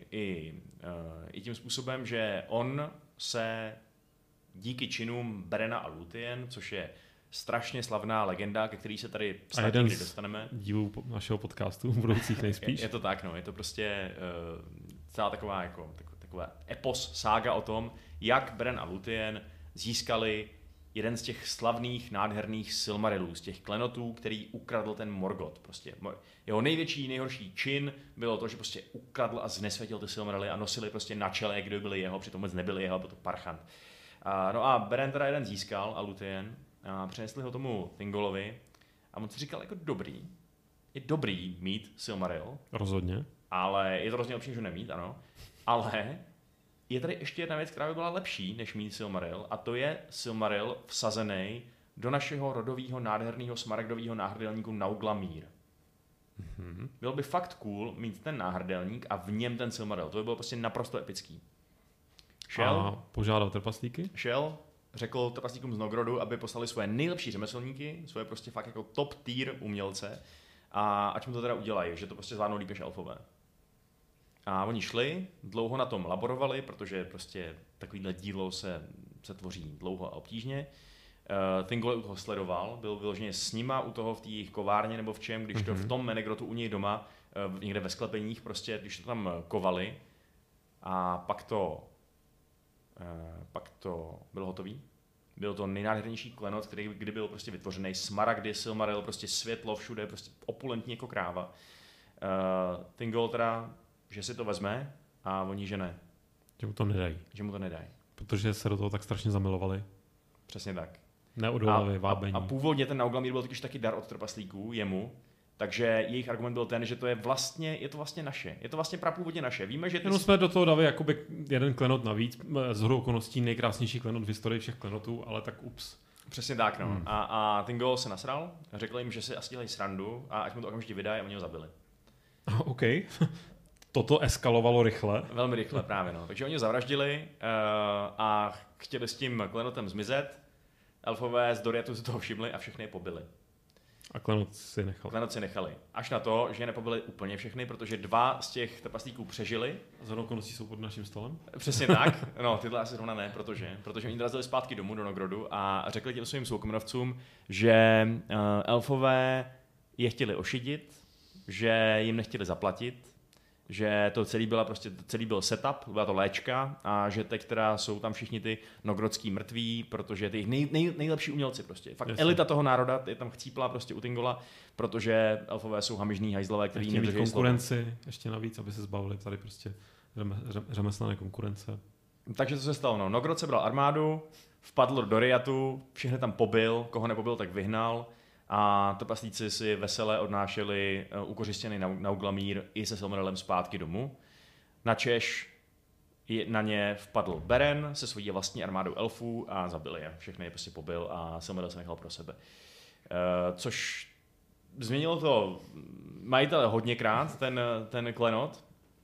i tím způsobem, že on se díky činům Berena a Luthien, což je strašně slavná legenda, ke který se tady snad někdy dostaneme. Dílů našeho podcastu budoucích nejspíš. Je to tak, no, je to prostě celá taková jako taková epos, sága o tom, jak Beren a Luthien získali jeden z těch slavných, nádherných Silmarillů, z těch klenotů, který ukradl ten Morgoth. Prostě jeho nejhorší čin bylo to, že prostě ukradl a znesvětil ty Silmarilly a nosili prostě na čele, kdo byli jeho, přitom vůbec nebyli jeho, byl to parchant. No a Beren teda jeden získal a Luthien a přinesli ho tomu Thingolovi a on si říkal jako je dobrý mít Silmaril. Rozhodně. Ale je to hrozně lepší, než ho nemít, ano. Ale je tady ještě jedna věc, která by byla lepší, než mít Silmaril, a to je Silmaril vsazený do našeho rodového nádherného smaragdového náhrdelníku Nauglamír. Bylo by fakt cool mít ten náhrdelník a v něm ten Silmaril. To by bylo prostě naprosto epický. A požádal trpaslíky? Řekl trpaslíkům z Nogrodu, aby poslali svoje nejlepší řemeslníky, svoje prostě fakt jako top tier umělce, a ať mu to teda udělají, že to prostě zvládnou líp než elfové. A oni šli, dlouho na tom laborovali, protože prostě takovýhle dílo se tvoří dlouho a obtížně. Thingol u toho sledoval, byl vyloženě s nima u toho v té jejich kovárně nebo v čem, když to v tom Menegrotu u něj doma, někde ve sklepeních, prostě, když to tam kovali, a pak to bylo hotový. Byl to nejnádhernější klenot, který kdy byl prostě vytvořený, smaragdy, Silmaril, prostě světlo všude, prostě opulentní jako kráva. Thingol teda, že si to vezme, a oni, že ne. Že mu to nedají. Protože se do toho tak strašně zamilovali. Přesně tak. Neodolali vábení. A původně ten Nauglamír byl totiž taky dar od trpaslíků jemu, takže jejich argument byl ten, že to je to vlastně naše. Je to vlastně prapůvodně naše. Víme, že jenom jsme do toho dali jakoby jeden klenot navíc, z shodou okolností nejkrásnější klenot v historii všech klenotů, ale tak ups. Přesně tak, no. A Thingol se nasral, řekl jim, že si asi dělají srandu a ať mu to okamžitě vydají, a oni ho zabili. OK. Toto eskalovalo rychle. Velmi rychle právě, no. Takže oni ho zavraždili a chtěli s tím klenotem zmizet. Elfové z Doriatu si toho všimli a všechny je pobili. A klenot si nechali. Až na to, že je nepobili úplně všechny, protože 2 z těch trpaslíků přežili. Z okolností jsou pod naším stolem? Přesně tak. No, tyhle asi zrovna ne, protože oni dorazili zpátky domů do Nogrodu a řekli těm svým soukomenovcům, že elfové je chtěli ošidit, že jim nechtěli zaplatit, že to celý byl setup, byla to léčka, a že teď teda jsou tam všichni ty nogrodský mrtví, protože ty nejlepší umělci prostě. Fakt elita toho národa je tam chcípla prostě u Tingola, protože elfové jsou hamižní hajzlové, kteří nedrží konkurenci slovo. Ještě navíc, aby se zbavili tady prostě řemeslné konkurence. Takže to se stalo, no. Nogrod sebral armádu, vpadl do Doriatu, všechny tam pobil, koho nepobil, tak vyhnal. A trpaslíci si veselé odnášeli ukořistěný Nauglamír i se Silmarillem zpátky domů. Načež na ně vpadl Beren se svojí vlastní armádou elfů a zabili je. Všechny je prostě pobil a Silmaril se nechal pro sebe. Což změnilo to majitele hodněkrát, ten klenot,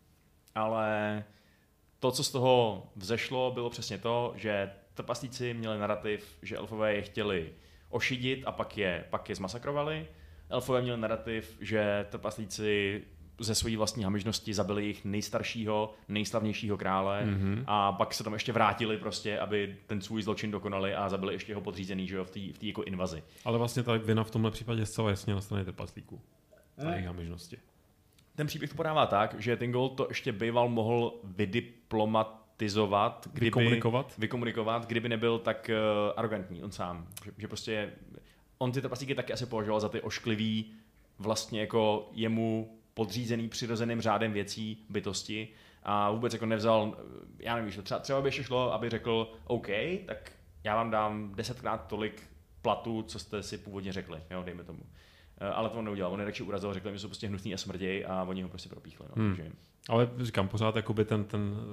ale to, co z toho vzešlo, bylo přesně to, že trpaslíci měli narrativ, že elfové je chtěli ošidit a pak je zmasakrovali. Elfové měli narrativ, že trpaslíci ze své vlastní hamižnosti zabili jejich nejstaršího, nejslavnějšího krále a pak se tam ještě vrátili prostě, aby ten svůj zločin dokonali a zabili ještě jeho podřízený, že jo, v té jako invazi. Ale vlastně ta vina v tomhle případě je zcela jasně na straně trpaslíků a jejich hamižnosti. Ten příběh to podává tak, že Thingol to ještě býval mohl vydiplomatizovat, vykomunikovat, kdyby nebyl tak arrogantní on sám. Že prostě on ty trpaslíky taky asi považoval za ty ošklivý, vlastně jako jemu podřízený přirozeným řádem věcí bytosti a vůbec jako nevzal, já nevím, třeba by ještě šlo, aby řekl OK, tak já vám dám 10krát tolik platu, co jste si původně řekli, jo, dejme tomu. Ale to on neudělal, on je radši urazil, řekl, že jsou prostě hnusný a smrděj a oni ho prostě propíchli. No, takže... Ale říkám pořád, jakoby ten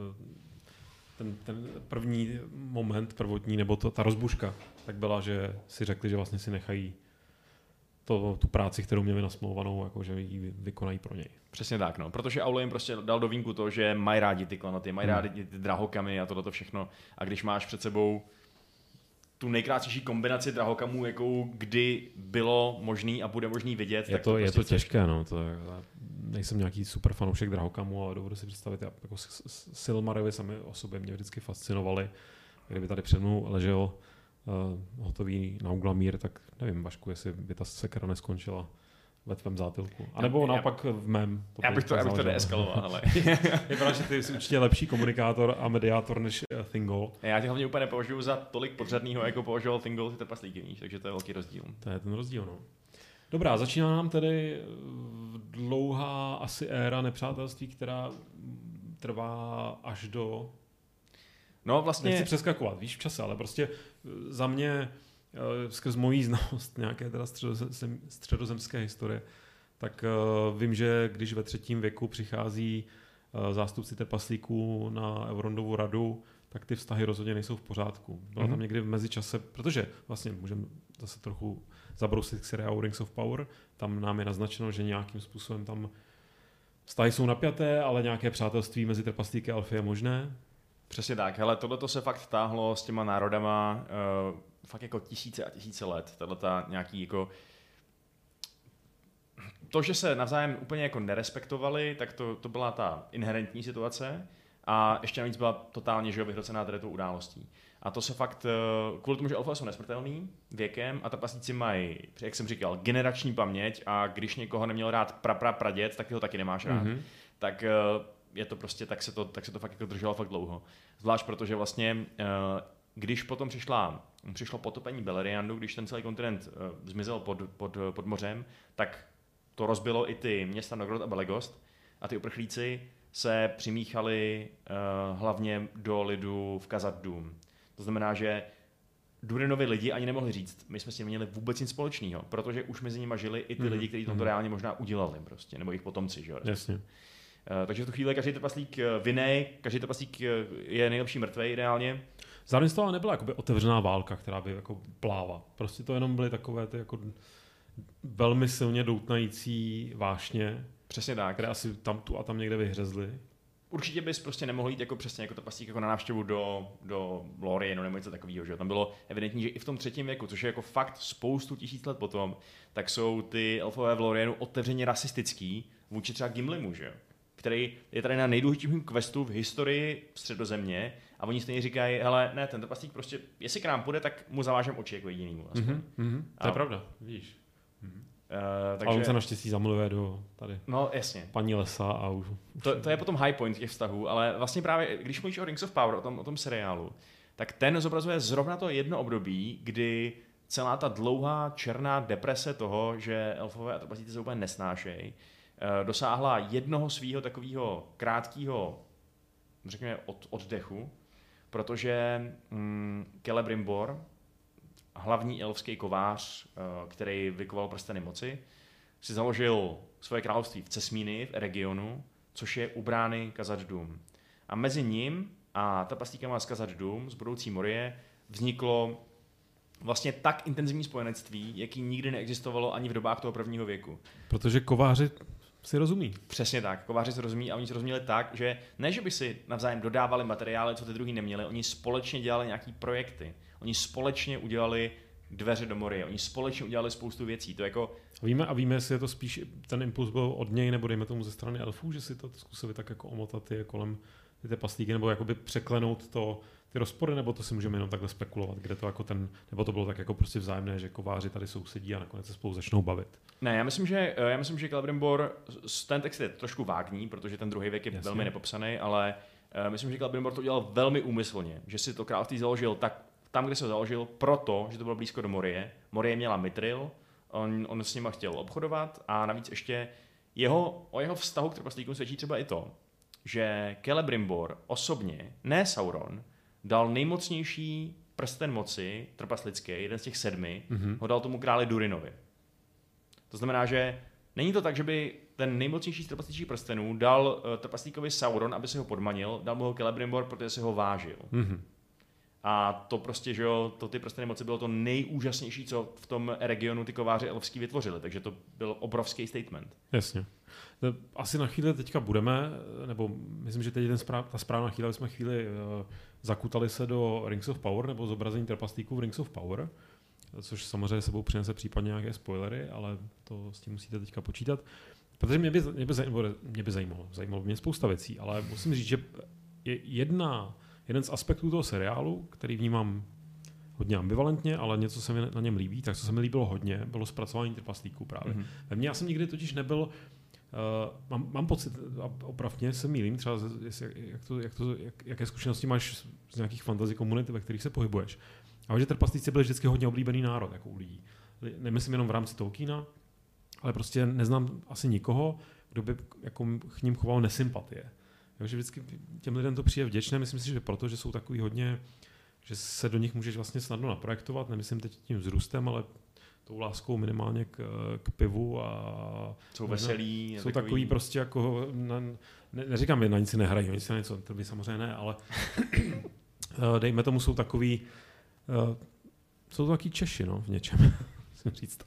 první moment, prvotní, nebo ta rozbuška, tak byla, že si řekli, že vlastně si nechají tu práci, kterou měli nasmlouvanou, jako že ji vykonají pro něj. Přesně tak, no, protože Aulo jim prostě dal do vínku to, že mají rádi ty klanoty, mají rádi ty drahokamy a tohleto všechno. A když máš před sebou tu nejkrásnější kombinaci drahokamů, jakou kdy bylo možný a bude možný vidět. Je to těžké, no. Nejsem nějaký super fanoušek drahokamů, ale dovedu si představit, jako Silmarily sami o sobě mě vždycky fascinovaly. Kdyby tady před mnou ležel hotový Nauglamír, tak nevím, Vašku, jestli by ta sekera neskončila ve tvém zátilku. A nebo naopak v mém. Já bych to deeskaloval, ale... Je pravda, že ty jsi určitě lepší komunikátor a mediátor než Thingol. Já tě hlavně úplně nepovažuji za tolik podřadného, jako považoval Thingol ty trpaslíky, takže to je velký rozdíl. To je ten rozdíl, no. Dobrá, začíná nám tedy dlouhá asi éra nepřátelství, která trvá až do... No vlastně... Nechci přeskakovat, víš, v čase, ale prostě za mě skrz mojí znalost nějaké teda středozemské historie, tak vím, že když ve 3. věku přichází zástupci trpaslíků na Elrondovu radu, tak ty vztahy rozhodně nejsou v pořádku. Byla tam někdy v mezičase, protože vlastně můžeme zase trochu zabrousit k seriálu Rings of Power, tam nám je naznačeno, že nějakým způsobem tam vztahy jsou napjaté, ale nějaké přátelství mezi trpaslíky a elfy je možné. Přesně tak, hele, tohleto se fakt táhlo s těma národama fakt jako tisíce a tisíce let. Tato nějaký jako... To, že se navzájem úplně jako nerespektovali, tak to byla ta inherentní situace a ještě navíc byla totálně vyhrocená tady tou událostí. A to se fakt, kvůli tomu, že elfové jsou nesmrtelný věkem a trpaslíci mají, jak jsem říkal, generační paměť a když někoho neměl rád praděd, tak ty ho taky nemáš rád. Tak je to prostě, tak se to fakt jako drželo fakt dlouho. Zvlášť protože vlastně, když potom přišlo potopení Beleriandu, když ten celý kontinent zmizel pod mořem, tak to rozbilo i ty města Nogrod a Belegost a ty uprchlíci se přimíchali hlavně do lidu v Khazad-dûm. To znamená, že Durinovi lidi ani nemohli říct, my jsme s tím měli vůbec nic společného, protože už mezi nimi žili i ty lidi, kteří to reálně možná udělali, prostě, nebo jejich potomci. Že? Jasně. Takže v tu chvíli každý trpaslík vinej, každý trpaslík je nejlepší mrtvej ideálně. Zároveň z toho nebyla jakoby otevřená válka, která by jako pláva. Prostě to jenom byly takové ty jako velmi silně doutnající vášně. Přesně tak. Které asi tam tu a tam někde vyhřezly. Určitě bys prostě nemohl jít jako přesně jako trpaslík jako na návštěvu do Lorienu nebo něco takového, že tam bylo evidentní, že i v tom 3. věku, což je jako fakt spoustu tisíc let potom, tak jsou ty elfové v Lorienu otevřeně rasistický vůči třeba Gimlimu, že jo, který je tady na nejdůležitějším questu v historii Středozemě a oni stejně říkají, hele, ne, ten trpaslík prostě, jestli k nám půjde, tak mu zavážem oči jako jedinýmu. To je pravda, víš. Takže... Ale on se naštěstí zamluvuje do tady paní lesa a už... To je potom high point těch vztahů, ale vlastně právě, když mluvíš o Rings of Power, o tom seriálu, tak ten zobrazuje zrovna to jedno období, kdy celá ta dlouhá černá deprese toho, že elfové a trpaslíci se úplně nesnášejí, dosáhla jednoho svýho takového krátkého, řekněme, oddechu, protože Celebrimbor, hlavní elfský kovář, který vykoval prsteny moci, si založil svoje království v Cesmíny, v Eregionu, což je u brány Khazad-dûm. A mezi ním a trpaslíkama z Khazad-dûm, z budoucí Morie, vzniklo vlastně tak intenzivní spojenectví, jaký nikdy neexistovalo ani v dobách toho 1. věku. Protože kováři si rozumí. Přesně tak, kováři si rozumí a oni si rozuměli tak, že ne, že by si navzájem dodávali materiály, co ty druhý neměli, oni společně dělali nějaký projekty. Oni společně udělali dveře do Morie. Oni společně udělali spoustu věcí. To jako... Víme, jestli je to spíš, ten impuls byl od něj, nebo dejme tomu ze strany elfů, že si to zkusili tak jako omotat ty kolem ty trpaslíky, nebo jakoby překlenout ty rozpory, nebo to si můžeme jenom takhle spekulovat, kde to jako nebo to bylo tak jako prostě vzájemné, že kováři tady sousedí a nakonec se spolu začnou bavit. Ne, já myslím, že Celebrimbor, ten text je trošku vágní, protože ten druhý věk je velmi nepopsaný, ale myslím, že Celebrimbor to udělal velmi úmyslně, že si to království založil tak tam, kde se založil, proto, že to bylo blízko do Morie. Morie měla Mithril, on s nima chtěl obchodovat a navíc ještě o jeho vztahu k trpaslíkům svědčí třeba i to, že Celebrimbor osobně, ne Sauron, dal nejmocnější prsten moci trpaslický, jeden z těch 7, ho dal tomu králi Durinovi. To znamená, že není to tak, že by ten nejmocnější z trpasličích prstenů dal trpaslíkovi Sauron, aby si ho podmanil, dal mu ho Celebrimbor, protože si ho vážil. A to prostě, že jo, ty prsteny moci bylo to nejúžasnější, co v tom regionu ty kováři elfský vytvořili, takže to byl obrovský statement. Jasně. Asi na chvíli teďka budeme, nebo myslím, že teď je ta správná chvíle, jsme chvíli zakutali se do Rings of Power, nebo zobrazení trpaslíků v Rings of Power, což samozřejmě sebou přinese případně nějaké spoilery, ale to s tím musíte teďka počítat. Protože mě by zajímalo by mě spousta věcí, ale musím říct, že jeden z aspektů toho seriálu, který vnímám hodně ambivalentně, ale něco se mi na něm líbí, tak co se mi líbilo hodně, bylo zpracování trpaslíků právě. Ve mně já jsem nikdy totiž nebyl, mám pocit, a opravdu se mýlím, třeba jaké zkušenosti máš z nějakých fantasy komunity, ve kterých se pohybuješ. Ale že trpaslíci byli vždycky hodně oblíbený národ jako u lidí. Nemyslím jenom v rámci Tolkiena, ale prostě neznám asi nikoho, kdo by jako k ním choval nesympatie. Takže vždycky těm lidem to přijde vděčné, myslím si, že proto, že jsou takový hodně, že se do nich můžeš vlastně snadno naprojektovat, nemyslím teď tím vzrůstem, ale tou láskou minimálně k pivu a... Jsou veselí. Jsou takový prostě jako, neříkám, že na nic si nehrají, oni si na něco, to by samozřejmě ne, ale dejme tomu, jsou takový, jsou to takový Češi, no, v něčem, musím říct.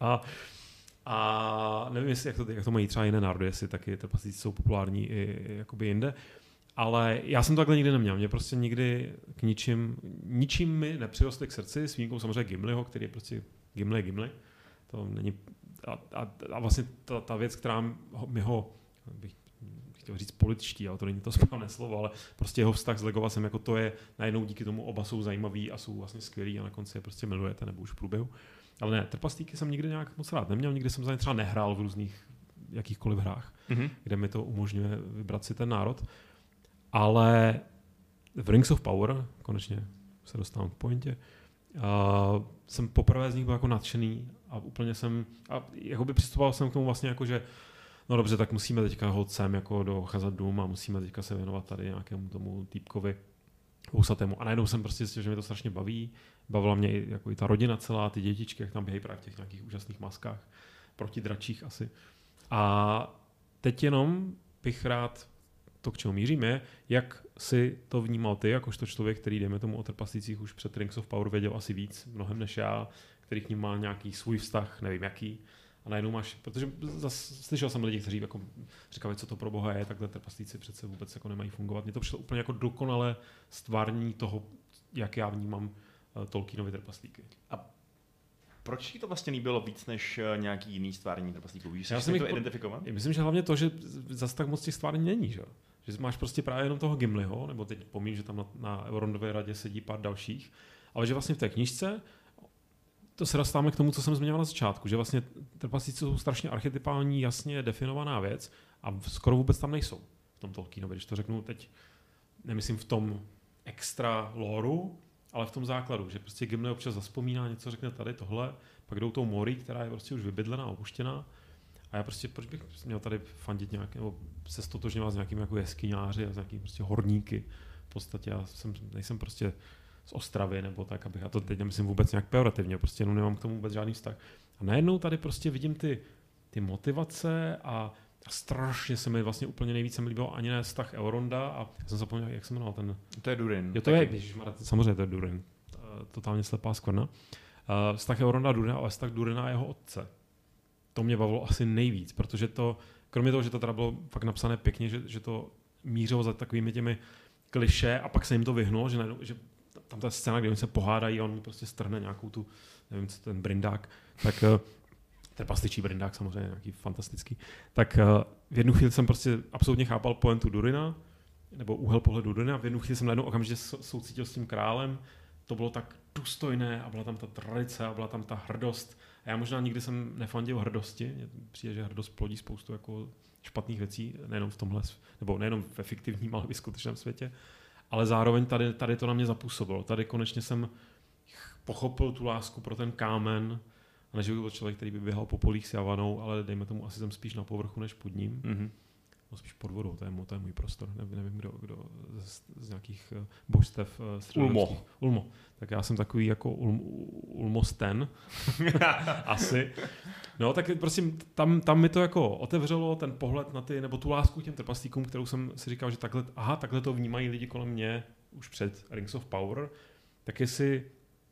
A nevím, jestli jak to mají třeba jiné národy, jestli taky trpaslíci jsou populární i jakoby jinde. Ale já jsem to takhle nikdy neměl. Mě prostě nikdy k ničím mi nepřirostly k srdci, s výjimkou samozřejmě Gimliho, který je prostě Gimli. To není, a vlastně ta věc, která mi ho, bych chtěl říct političtí, ale to není to správné slovo, ale prostě jeho vztah s Legolasem, jako to je najednou díky tomu oba jsou zajímaví a jsou vlastně skvělí a na konci je prostě milujete nebo už v průběhu. Ale ne, trpaslíky jsem nikdy nějak moc rád neměl, nikdy jsem za ně třeba nehrál v různých jakýchkoliv hrách, kde mi to umožňuje vybrat si ten národ. Ale v Rings of Power, konečně se dostávám k pointě, jsem poprvé z nich byl jako nadšený a úplně jakoby přistupoval jsem k tomu vlastně jako, že no dobře, tak musíme teďka hod sem jako do Khazad-dûm a musíme teďka se věnovat tady nějakému tomu týpkovi housatému. A najednou jsem prostě zjistil, že mě to strašně baví. Bavila mě jako i ta rodina celá, ty dětičky, jak tam běhají právě v těch nějakých úžasných maskách, proti dračích asi. A teď jenom bych rád, to k čemu mířím je, jak si to vnímal ty, jakožto člověk, který, dejme tomu, o trpaslících už před Rings of Power věděl asi víc, mnohem než já, který k ním má nějaký svůj vztah, nevím jaký. A najednou máš, protože slyšel jsem lidi, kteří jako říkali, co to pro boha je, takhle trpaslíci přece vůbec jako nemají fungovat. Mně to přišlo úplně jako dokonale stvárnění toho, jak já vnímám Tolkienovy trpaslíky. A proč ti to vlastně líbilo víc než nějaký jiný stvárnění trpaslíků? Víš, já jsem to identifikovat? Myslím, že hlavně to, že zase tak moc těch stvárnění není, že máš prostě právě jenom toho Gimliho, nebo teď pomím, že tam na Elrondové radě sedí pár dalších, ale že vlastně v té knížce to se dostáváme k tomu, co jsem zmiňoval na začátku, že vlastně trpaslíci jsou strašně archetypální, jasně definovaná věc a skoro vůbec tam nejsou v tom Tolkienovi, když to řeknu teď, nemyslím v tom extra lóru, ale v tom základu, že prostě Gimli občas zazpomíná něco, řekne tady tohle, pak jdou tou Morí, která je prostě už vybydlená, opuštěná a já prostě, proč bych měl tady fandit nějaké, nebo se stotožňovat s nějakými jako jeskyňáři a s nějakými prostě horníky. V podstatě já nejsem prostě z Ostravy nebo tak, abych, a to teď nemyslím vůbec nějak pejorativně, prostě jenom nemám k tomu vůbec žádný vztah. A najednou tady prostě vidím ty motivace a strašně se mi vlastně úplně nejvíce mi líbilo ani ne vztah Elronda a já jsem zapomněl, jak se jmenoval ten... To je Durin. Jo, to je, samozřejmě to je Durin. Totálně slepá skvrna. Vztah Elronda a Durina, ale vztah Durina a jeho otce. To mě bavilo asi nejvíc, protože to, kromě toho, že to teda bylo fakt napsané pěkně, že to mířilo za takovými těmi klišé a pak se jim to vyhnulo, že tam ta scéna, kde oni se pohádají a on prostě strhne nějakou tu, nevím co, ten brindák, tak trpastičí brindák samozřejmě, nějaký fantastický, tak v jednu chvíli jsem prostě absolutně chápal pointu Durina, nebo úhel pohledu Durina, v jednu chvíli jsem najednou okamžitě soucítil s tím králem, to bylo tak důstojné a byla tam ta tradice a byla tam ta hrdost. A já možná nikdy jsem nefandil hrdosti, mně přijde, že hrdost plodí spoustu jako špatných věcí, nejenom v tomhle, nebo nejenom ve fiktivním, ale v skutečném světě. Ale zároveň tady to na mě zapůsobilo. Tady konečně jsem pochopil tu lásku pro ten kámen. A než by byl člověk, který by běhal po polích s javanou, ale dejme tomu, asi jsem spíš na povrchu než pod ním. Mm-hmm. No spíš pod vodou, to je můj prostor. Nevím kdo z nějakých božstev středoevropských. Ulmo. Tak já jsem takový jako Ulmosten. Asi. No tak prosím, tam mi to jako otevřelo ten pohled na ty, nebo tu lásku k těm trpaslíkům, kterou jsem si říkal, že takhle to vnímají lidi kolem mě už před Rings of Power, tak jestli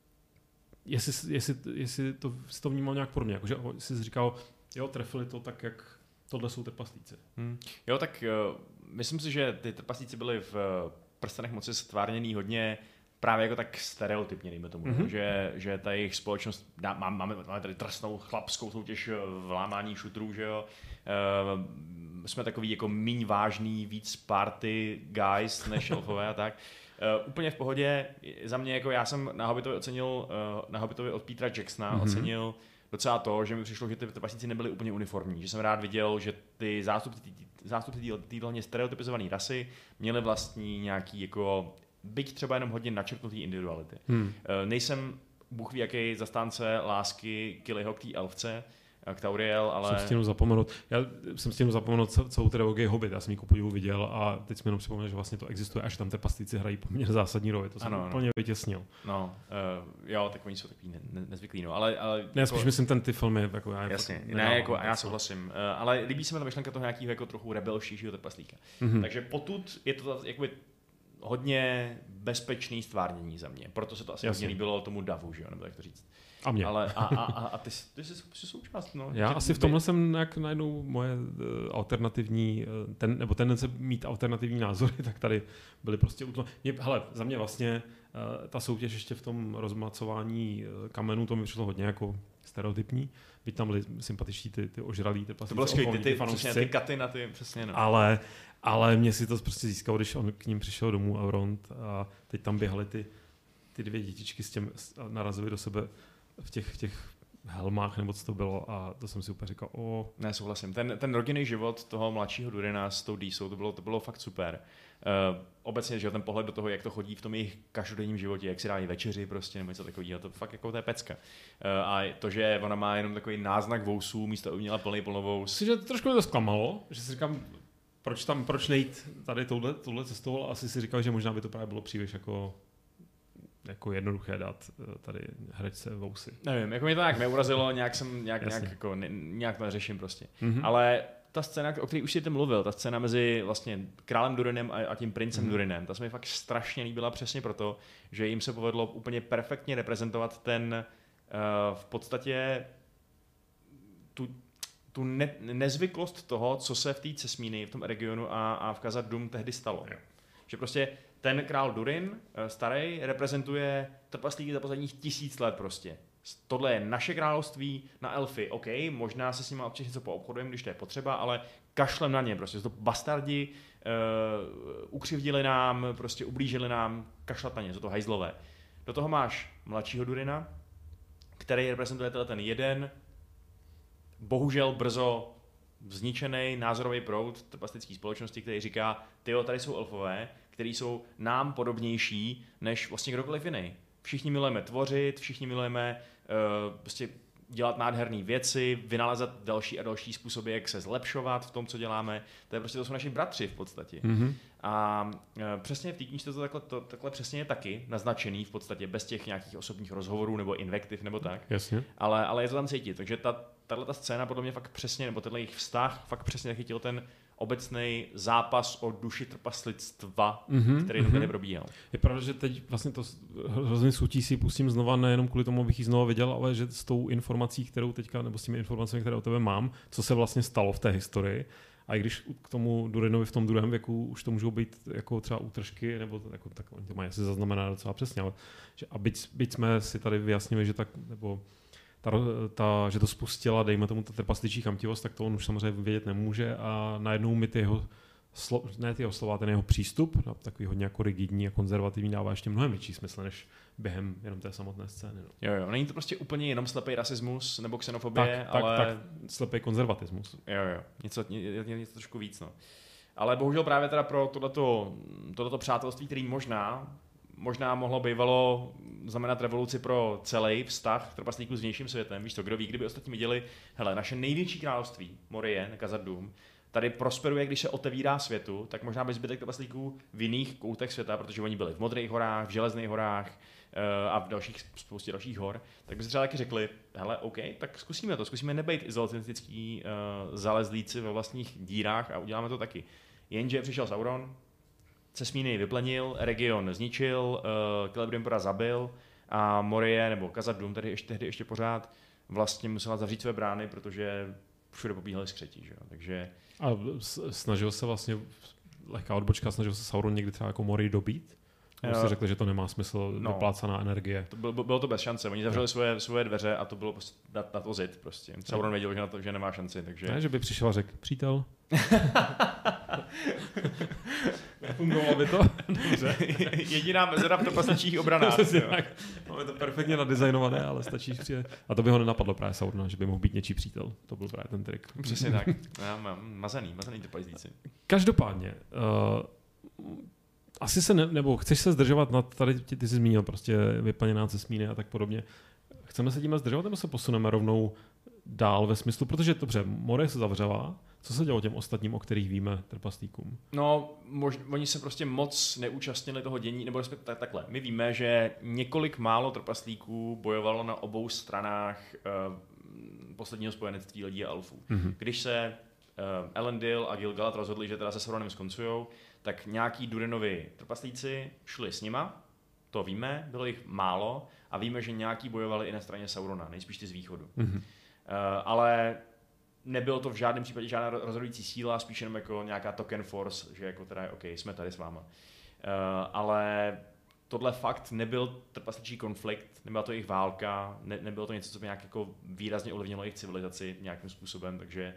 to vnímal nějak podobně, jakože jsi říkal, jo, trefili to tak, jak tohle jsou trpaslíci. Jo, tak myslím si, že ty trpaslíci byli v Prstenech moci stvárněný hodně právě jako tak stereotypně, dejme tomu, že ta jejich společnost, máme tady drsnou chlapskou soutěž v lámání šutrů, že jo, jsme takový jako míň vážný, víc party guys než elfové a tak. Úplně v pohodě, za mě jako já jsem na Hobbitovi od Petera Jacksona ocenil docela to, že mi přišlo, že ty trpaslíci nebyli úplně uniformní, že jsem rád viděl, že ty zástupci téhle stereotypizované rasy měli vlastní nějaký jako byť třeba jenom hodně načrtnutý individuality. Nejsem bůh ví jaký zastánce lásky Killyho k té elfce, k Tauriel, ale... Já jsem stěnu zapomenout celou trilogii Hobbit, já jsem ji ku podivu viděl a teď jsme jenom připomněl, že vlastně to existuje, až tam ty paslíci hrají poměrně zásadní roli, to jsem úplně vytěsnil. No, jo, tak oni jsou takový nezvyklí, no, ale ne, spíš myslím ty filmy, jako já... Jasně, a já souhlasím, ale líbí se mi ta myšlenka toho nějakého jako trochu rebelšího trpaslíka. Takže potud je to jakoby hodně bezpečný stvárnění za mě, proto se to asi hodně líbilo tomu davu, že jo, nebo jak to říct. A mě. Ale ty jsi součást, no. Já asi v tomhle jsem nějak najednou moje alternativní, nebo tendence mít alternativní názory, tak tady byly prostě hele, za mě vlastně ta soutěž ještě v tom rozmacování kamenů, to mi přišlo hodně jako stereotypní, byť tam byli sympatičtí ty ožralí, ty to bylo skvělé, ty katy na ty, přesně, no. Ale mě si to prostě získalo, když on k ním přišel domů Elrond a teď tam běhaly ty dvě dětičky narazily do sebe v těch helmách, nebo co to bylo, a to jsem si úplně říkal, Ne, souhlasím. Ten rodinný život toho mladšího Durina s tou Dísou, to bylo fakt super. Obecně, že ten pohled do toho, jak to chodí v tom jejich každodenním životě, jak si dávají večeři prostě, nebo něco takového, to fakt jako to je pecka. A to, že ona má jenom takový náznak vousů, místo aby měla plný plnovous. Že trošku mě to zklamalo, že si říkám, proč nejít tady touhle cestou, asi si říkal, že možná by to právě bylo příliš jako jednoduché dát tady herečce vousy. Nevím, jako mě to nějak neurazilo, nějak to neřeším prostě. Ale ta scéna, o které už jsi mluvil, ta scéna mezi vlastně králem Durinem a tím princem Durinem, ta se mi fakt strašně líbila přesně proto, že jim se povedlo úplně perfektně reprezentovat ten v podstatě tu nezvyklost toho, co se v té Cesmíny, v tom regionu a v Khazad-dûm tehdy stalo. Jo. Že prostě ten král Durin, starý, reprezentuje trpaslíky za posledních 1000 let prostě. Tohle je naše království na elfy, OK, možná se s nimi občas něco poobchodujeme, když to je potřeba, ale kašlem na ně, prostě to bastardi, ukřivdili nám, prostě ublížili nám, kašlat na ně, to hajzlové. Do toho máš mladšího Durina, který reprezentuje ten jeden, bohužel brzo vzničený názorový proud trpastické společnosti, který říká, tyjo, tady jsou elfové, který jsou nám podobnější než vlastně kdokoliv jiný. Všichni milujeme tvořit, všichni milujeme prostě dělat nádherné věci, vynalezat další a další způsoby, jak se zlepšovat v tom, co děláme. To jsou naši bratři v podstatě. Mm-hmm. A přesně v té knížce to takhle přesně je taky naznačený v podstatě, bez těch nějakých osobních rozhovorů nebo invektiv nebo tak. Jasně. Ale je to tam cítit. Takže tato scéna podle mě fakt přesně, nebo tenhle jejich vztah fakt přesně chytil ten obecný zápas o duši trpaslictva, který tady probíhal. Je pravda, že teď vlastně to hrozně sutí si pustím znova, nejenom kvůli tomu, abych ji znova viděl, ale že s tou informací, kterou teďka, nebo s těmi informacemi, které o tebe mám, co se vlastně stalo v té historii, A i když k tomu Durinovi v tom druhém věku už to můžou být jako třeba útržky, nebo tak oni to mají asi zaznamená docela přesně, ale že, a byť jsme si tady vyjasnili, že tak, nebo že to spustila, dejme tomu, ta trpasličí chamtivost, tak to on už samozřejmě vědět nemůže a najednou mi ty jeho slova, ten jeho přístup, takový hodně jako rigidní a konzervativní, dává ještě mnohem větší smysl, než během jenom té samotné scény. No. Jo, není to prostě úplně jenom slepý rasismus nebo xenofobie, ale... Tak, slepý konzervatismus. Jo, něco trošku víc, no. Ale bohužel právě teda pro tohleto přátelství, který možná mohlo bývalo znamenat revoluci pro celý vztah trpaslíků s vnějším světem. Víš to, kdo ví, kdyby ostatní viděli, hele, naše největší království, Morie, Khazad-dûm, tady prosperuje, když se otevírá světu, tak možná by zbytek trpaslíků v jiných koutech světa, protože oni byli v Modrých horách, v Železných horách a v spoustě dalších hor, tak by si třeba taky řekli, hele, OK, tak zkusíme nebejt izolacionistický zalezlíci ve vlastních dírách a uděláme to taky. Jenže přišel Sauron, Cesmíny vyplenil, region zničil, Celebrimbora zabil a Morie nebo Khazad-dûm tehdy ještě pořád vlastně musela zavřít své brány, protože všude pobíhali skřetí, že jo, takže... A snažil se vlastně, lehká odbočka, snažil se Sauron někdy třeba jako Morii dobít? Nebo si řekli, že to nemá smysl, vyplácaná energie? Bylo to bez šance, oni zavřeli svoje dveře a to bylo prostě na to zit prostě. Sauron věděl, že nemá šanci, takže... Ne, že by přišel a řekl, přítel. Fungovalo by to? Dobře. Jediná mezera v trpasličích obranách. Máme to perfektně nadizajnované, ale stačí přijet. A to by ho nenapadlo právě Saurona, že by mohl být něčí přítel. To byl právě ten trik. Přesně tak. Mazaný trpaslíci. Každopádně, asi se nebo chceš se zdržovat nad tady, ty jsi zmínil prostě vyplněná cesmíny a tak podobně. Chceme se tím zdržovat, nebo se posuneme rovnou dál ve smyslu, protože dobře, Morie se zavřela. Co se dělo těm ostatním, o kterých víme, trpaslíkům? No, oni se prostě moc neúčastnili toho dění, nebo respektive takhle. My víme, že několik málo trpaslíků bojovalo na obou stranách posledního spojenectví lidí a elfů. Mm-hmm. Když se Elendil a Gil-galad rozhodli, že teda se Sauronem skoncujou, tak nějaký Durinovi trpaslíci šli s nima, to víme, bylo jich málo a víme, že nějaký bojovali i na straně Saurona, nejspíš ty z východu. Mm-hmm. Ale nebylo to v žádném případě žádná rozhodující síla, spíš jenom jako nějaká token force, že jako teda OK, jsme tady s váma. Ale tohle fakt nebyl trpasličí konflikt, nebyla to jejich válka, nebylo to něco, co by nějak jako výrazně ovlivnilo jejich civilizaci nějakým způsobem, takže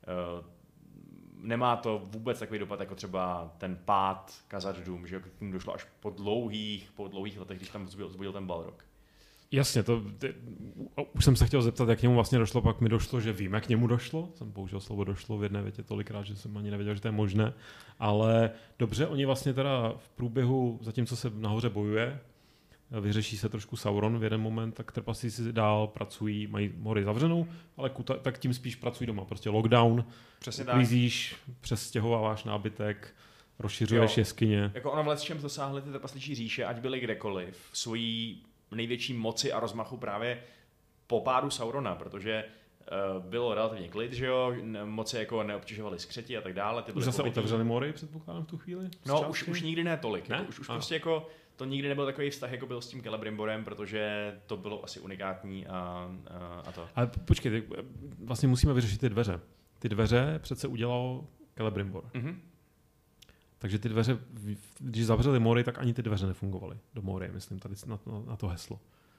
nemá to vůbec takový dopad jako třeba ten pád Khazad-dûm, že k tomu došlo až po dlouhých letech, když tam zbudil ten Balrog. Jasně, už jsem se chtěl zeptat, jak k němu vlastně došlo, pak mi došlo, že vím, jak k němu došlo. Jsem použil slovo došlo v jedné větě tolikrát, že jsem ani nevěděl, že to je možné. Ale dobře, oni vlastně teda v průběhu, zatímco se nahoře bojuje, vyřeší se trošku Sauron v jeden moment, tak trpaslíci dál pracují, mají Morii zavřenou, ale tak tím spíš pracují doma. Prostě lockdown, uklízíš, přestěhováváš nábytek, rozšiřuješ jeskyně. Jako ono v lecčem dosáhly ty trpasličí říše, ať byly kdekoliv, svojí největší moci a rozmachu právě po pádu Saurona, protože bylo relativně klid, že jo, moci jako neobtěžovaly skřeti a tak dále. Už zase otevřeli Morii, předpokládám v tu chvíli? No, už nikdy ne tolik. Ne? Jako, už prostě jako to nikdy nebyl takový vztah, jako byl s tím Celebrimborem, protože to bylo asi unikátní a to. Ale počkej, vlastně musíme vyřešit ty dveře. Ty dveře přece udělal Celebrimbor. Mm-hmm. Takže ty dveře, když zavřeli Morii, tak ani ty dveře nefungovaly do Morie, myslím, tady na to heslo.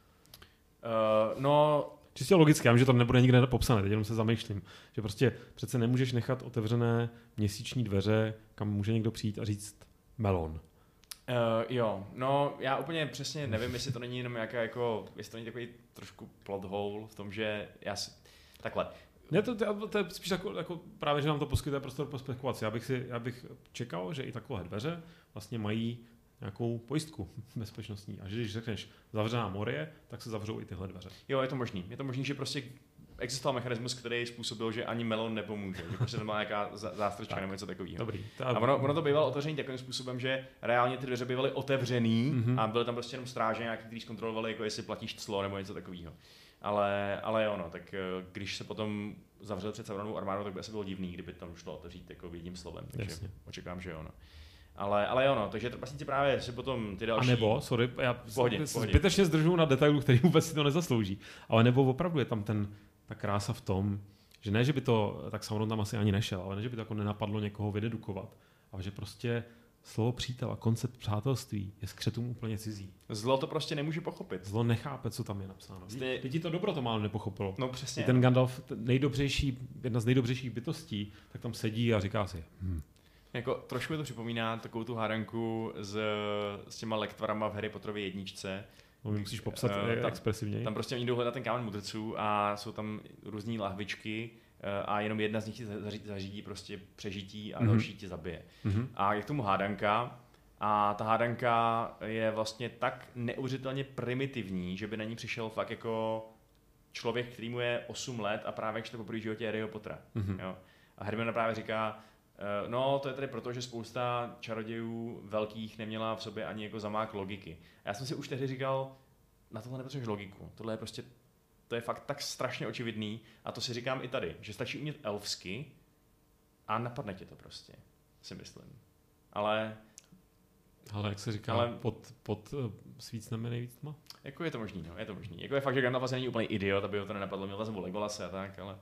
No... Čistě logicky, já vím, že to nebude nikde popsané, teď jenom se zamýšlím, že prostě přece nemůžeš nechat otevřené měsíční dveře, kam může někdo přijít a říct melon. Jo, no já úplně přesně nevím, jestli to není jenom nějaká jako, jestli to není takový trošku plot hole v tom, že takhle. Ne, to je spíš jako právě, že nám to poskytuje prostor pro spekulaci. Já bych čekal, že i takové dveře vlastně mají nějakou pojistku bezpečnostní. A že když řekneš zavřená Morie, tak se zavřou i tyhle dveře. Jo, je to možný. Je to možný, že prostě existoval mechanismus, který způsobil, že ani melon nepomůže. Že prostě to má nějaká zástrčka nebo něco takového. Dobrý. A ono to bývalo otevřený takovým způsobem, že reálně ty dveře bývaly otevřený a byly tam prostě jenom stráže nějaký, kteří zkontrolovali, jako jestli platíš clo nebo něco takového. Ale jo, no, tak když se potom zavřel před Sauronovou armádou, tak by asi bylo divný, kdyby tam šlo otevřít jako jedním slovem. Takže jasně. Očekávám, že jo, no. Ale jo, no, takže trpaslíci právě si potom ty další... A nebo, sorry, já zbytečně zdržuju na detailu, který vůbec si to nezaslouží. Ale nebo opravdu je tam ta krása v tom, Že ne, že by to, tak Sauron tam asi ani nešel, ale ne, že by to jako nenapadlo někoho vydedukovat, ale že prostě slovo přítel a koncept přátelství je skřetům úplně cizí. Zlo to prostě nemůže pochopit. Zlo nechápe, co tam je napsáno. Teď to dobro to málo nepochopilo. No přesně. I ten Gandalf, jedna z nejdobřejších bytostí, tak tam sedí a říká si. Jako trošku mi to připomíná takovou tu hádanku s těma lektvarama v Harry Potterově jedničce. No, mi musíš popsat expresivněji. Tam prostě oni jdou hledat ten kámen mudrců a jsou tam různý lahvičky a jenom jedna z nich ti zařídí prostě přežití a další ti zabije. A je k tomu hádanka a ta hádanka je vlastně tak neuvěřitelně primitivní, že by na ní přišel fakt jako člověk, který mu je 8 let a právě čte poprvé v životě Harryho Pottera. Jo? A Hermiona právě říká, no to je tady proto, že spousta čarodějů velkých neměla v sobě ani jako zamák logiky. A já jsem si už tehdy říkal, na tohle nepotřebuješ logiku, tohle je prostě, to je fakt tak strašně očividný a to si říkám i tady, že stačí umět elfsky a napadne tě to prostě, si myslím. Ale jak se říká, pod svícnem je nejvíc tma? Jako je to možný, no, je to možný. Jako je fakt, že Gandalf vlastně není úplný idiot, aby ho to nenapadlo, měl zase Legolase a tak, ale...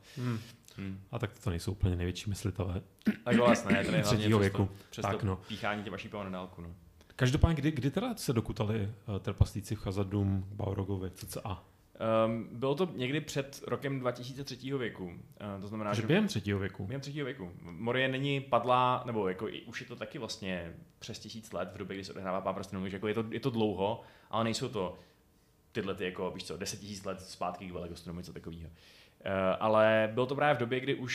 A tak to nejsou úplně největší myslitelé. Legolas ne, ten je hlavně věku. Přes to píchání těma šípama na dálku, no. Každopádně, kdy teda se dokutali trpaslíci v Khazad-dûm Balrogovi, cca? Bylo to někdy před rokem 2003. věku. To znamená, že během 3. věku. Během 3. věku. Morie není padlá, nebo jako už je to taky vlastně přes 1000 let v době, kdy se odehrává Pán prstenů, že jako je to dlouho, ale nejsou to tyhle ty jako, víš co, 10 000 let zpátky k Velegostu, něco takového. Ale bylo to právě v době, kdy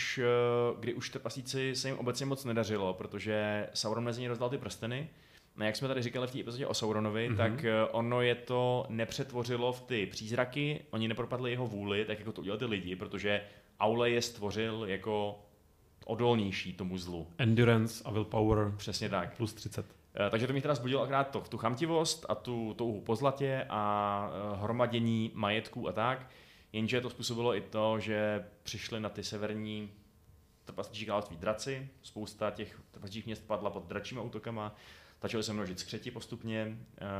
už trpaslíci se jim obecně moc nedařilo, protože Sauron mezi ně rozdal ty prsteny. No, jak jsme tady říkali v té epizodě o Sauronovi, tak ono je to nepřetvořilo v ty přízraky, oni nepropadli jeho vůli, tak jako to udělali ty lidi, protože Aule je stvořil jako odolnější tomu zlu. Endurance a willpower. Přesně tak. Plus 30. Takže to mi teda zbudilo akorát tu chamtivost a tu touhu po zlatě a hromadění majetků a tak, jenže to způsobilo i to, že přišli na ty severní trpasličí království draci, spousta těch trpasličích měst padla pod dračíma útokama, začaly se množit skřeti postupně,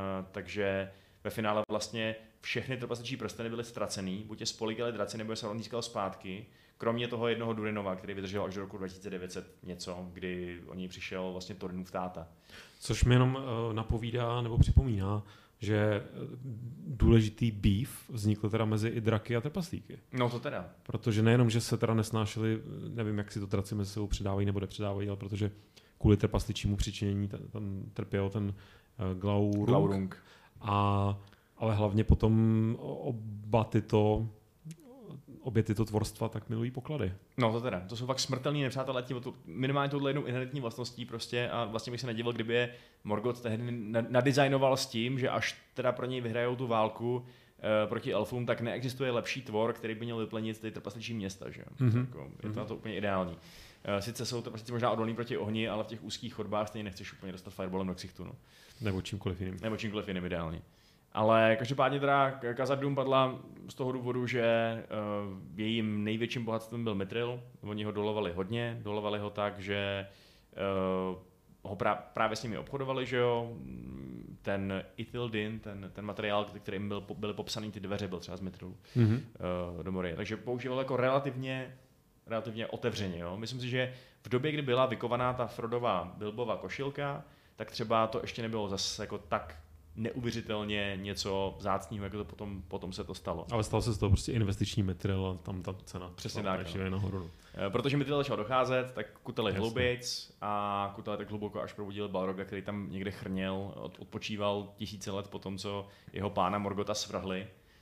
takže ve finále vlastně všechny trpasličí prsteny byly ztracený, buď je spoligali draci, nebo je Sauron získal zpátky, kromě toho jednoho Durinova, který vydržel až do roku 2900 něco, kdy o něj přišel vlastně Thorinův táta. Což mi jenom napovídá nebo připomíná, že důležitý beef vznikl teda mezi i draky a trpaslíky. No to teda. Protože nejenom, že se teda nesnášeli, nevím, jak si to draci mezi sebou předávají nebo nepředávají, ale protože kvůli trpasličímu přičinění tam trpěl ten Glaurung. Ale hlavně potom obě tyto tvorstva tak milují poklady. No to teda, to jsou fakt smrtelní nepřátelé, minimálně touhle jednou inherentní vlastností prostě a vlastně bych se nedivil, kdyby je Morgoth tehdy nadizajnoval s tím, že až teda pro něj vyhrajou tu válku proti elfům, tak neexistuje lepší tvor, který by měl vyplenit ty trpasličí města, že? Je to na to úplně ideální. Sice jsou trpasličí možná odolní proti ohni, ale v těch úzkých chodbách stejně nechceš úplně dostat fireballem do ksichtu. No. Nebo čímkoliv jiným ideálně. Ale každopádně teda Khazad-dûm padla z toho důvodu, že jejím největším bohatstvím byl Mithril. Oni ho dolovali ho tak, že ho právě s nimi obchodovali, že jo. Ten Ithildin, ten materiál, kterým byly popsaný ty dveře, byl třeba z Mithrilu do Morie. Takže používal jako relativně otevřeně. Jo. Myslím si, že v době, kdy byla vykovaná ta Frodova Bilbova košilka, tak třeba to ještě nebylo zase jako tak neuvěřitelně něco vzácného, jako to potom se to stalo. Ale stalo se z toho prostě investiční Mithril a tam ta cena přesně tak, nahoru. Protože Mithril začal docházet, tak kutali hloubějc a kutali tak hluboko, až probudili Balroga, který tam někde chrněl, odpočíval 1000 let po tom, co jeho pána Morgotha svrhli.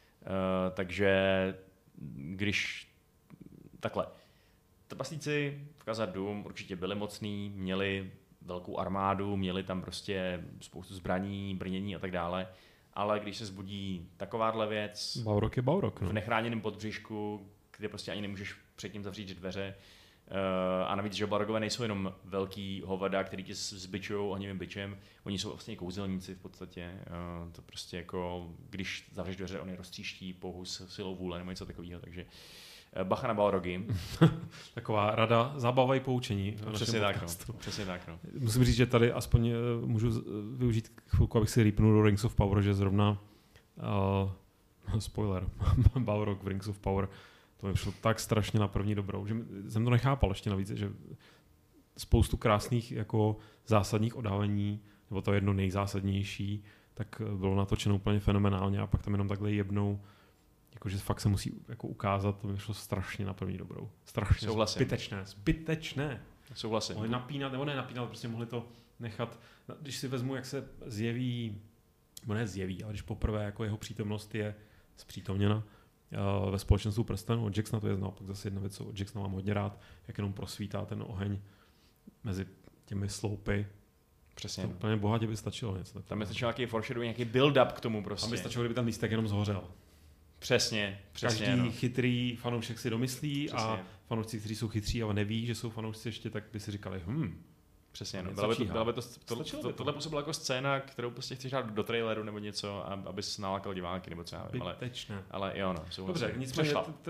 Takže když takhle, trpaslíci v Khazad-dûm určitě byli mocní, měli velkou armádu, měli tam prostě spoustu zbraní, brnění a tak dále, ale když se zbudí takováhle věc Balrog je Balrog, no. V nechráněném podbřišku, kde prostě ani nemůžeš předtím zavřít dveře, a navíc, že Balrogové nejsou jenom velký hovada, který ti zbičujou ohnivým bičem, oni jsou vlastně kouzelníci v podstatě, to prostě jako, když zavřeš dveře, oni roztříští pouhou silou vůle nebo něco takového, takže bacha na Balrogy. Taková rada, zábava i poučení. Přesně tak, no. Musím říct, že tady aspoň můžu využít chvilku, abych si rýpnul do Rings of Power, že zrovna spoiler, Balrog v Rings of Power To mi šlo tak strašně na první dobrou, že jsem to nechápal ještě navíc, že spoustu krásných jako zásadních odhalení, nebo to jedno nejzásadnější, tak bylo natočeno úplně fenomenálně a pak tam jenom takhle jebnou, jakože fakt se musí jako ukázat, to mi šlo strašně na první dobrou. Strašně. Souhlasím. Zbytečné. Souhlasím. Mohli napínat, nebo ne napínat, prostě mohli to nechat, když si vezmu, jak se zjeví, nebo ne zjeví, ale když poprvé jako jeho přítomnost je zpřítomněna ve Společenstvu prstenů, od Jacksona to je naopak zase jedna věc, co od Jacksona mám hodně rád, jak jenom prosvítá ten oheň mezi těmi sloupy. Přesně. To úplně bohatě by stačilo něco. Tam by stačilo nějaký foreshadowing, nějaký build-up k tomu prostě. Tam by stačilo, kdyby ten lístek jenom zhořel. Přesně. Každý chytrý fanoušek si domyslí a fanoušci, kteří jsou chytří, ale neví, že jsou fanoušci ještě, tak by si říkali, Přesně, no. Tohle působilo jako scéna, kterou prostě chceš dát do traileru nebo něco, abys nalákal diváky nebo co já vím. Ale jo, no. Dobře, nicméně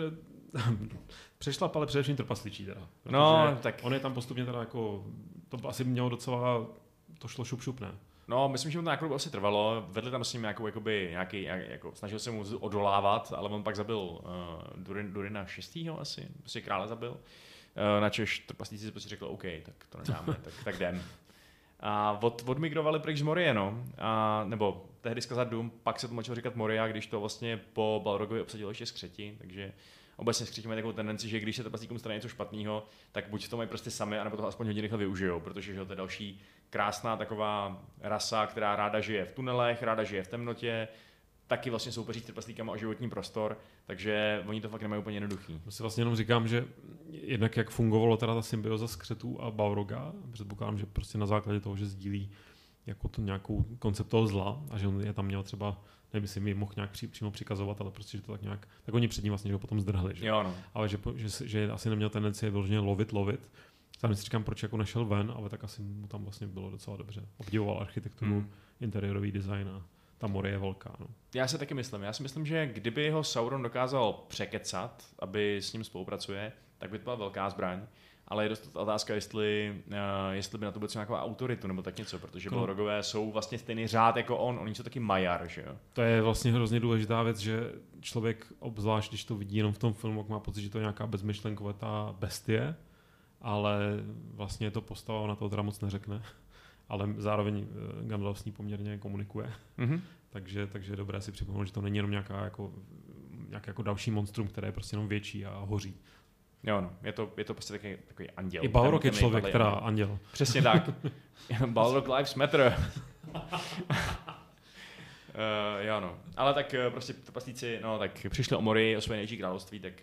přešlap, ale především trpasličí teda. No, tak. On je tam postupně teda jako, to asi mělo docela, to šlo šup, ne? No, myslím, že mu to nějakou dobu asi trvalo. Vedli tam s ním snažil se mu odolávat, ale on pak zabil Durina 6. asi, prostě krále zabil. Načež trpaslíci si prostě řekli, OK, tak to nedáme, tak jdem. A odmigrovali pryč z Morie, no. Nebo tehdy zkazat dům, pak se to začalo říkat Moria, když to vlastně po Balrogovi obsadilo ještě skřeti, takže obecně skřeti mají takovou tendenci, že když se trpaslíkům stane něco špatného, tak buď to mají prostě sami, anebo toho aspoň hodně rychle využijou, protože že to je další krásná taková rasa, která ráda žije v tunelech, ráda žije v temnotě, taky vlastně soupeří s trpaslíkama o životní prostor, takže oni to fakt nemají úplně jednoduchý. Já si vlastně jenom říkám, že jednak jak fungovalo teda ta symbioza skřetů a Balroga, předpokládám, že prostě na základě toho, že sdílí jako to nějakou koncept toho zla a že on je tam měl třeba, nevím, jestli mi mohl nějak přímo přikazovat, ale prostě, že to tak nějak, tak oni před ním vlastně ho potom zdrhli, že? Jo, no. Ale že asi neměl tendenci vyloženě lovit. Tam si říkám, proč jako nešel ven, ale tak asi mu tam vlastně bylo docela dobře. Obdivoval architekturu, interiérový design a ta Morie je velká. No. Já si taky myslím. Já si myslím, že kdyby ho Sauron dokázal překecat, aby s ním spolupracuje, tak by to byla velká zbraň. Ale je dost otázka, jestli by na to byl nějakou autoritu nebo tak něco, protože Balrogové jsou vlastně stejný řád jako on. Oni jsou taky Majar, že jo? To je vlastně hrozně důležitá věc, že člověk, obzvlášť když to vidí jenom v tom filmu, má pocit, že to je nějaká bezmyšlenková bestie, ale vlastně to postava, na to teda moc neřekne. Ale zároveň Gandalf s ní poměrně komunikuje. Mm-hmm. Takže je dobré si připomenout, že to není jenom nějaké jako další monstrum, které je prostě jenom větší a hoří. Jo, no, je to prostě takový anděl. I Balrog je člověk, teda anděl. Přesně tak. Balrog lives matter. Jo, no. Ale tak prostě trpaslíci, no tak přišli o Morii, o své největší království, tak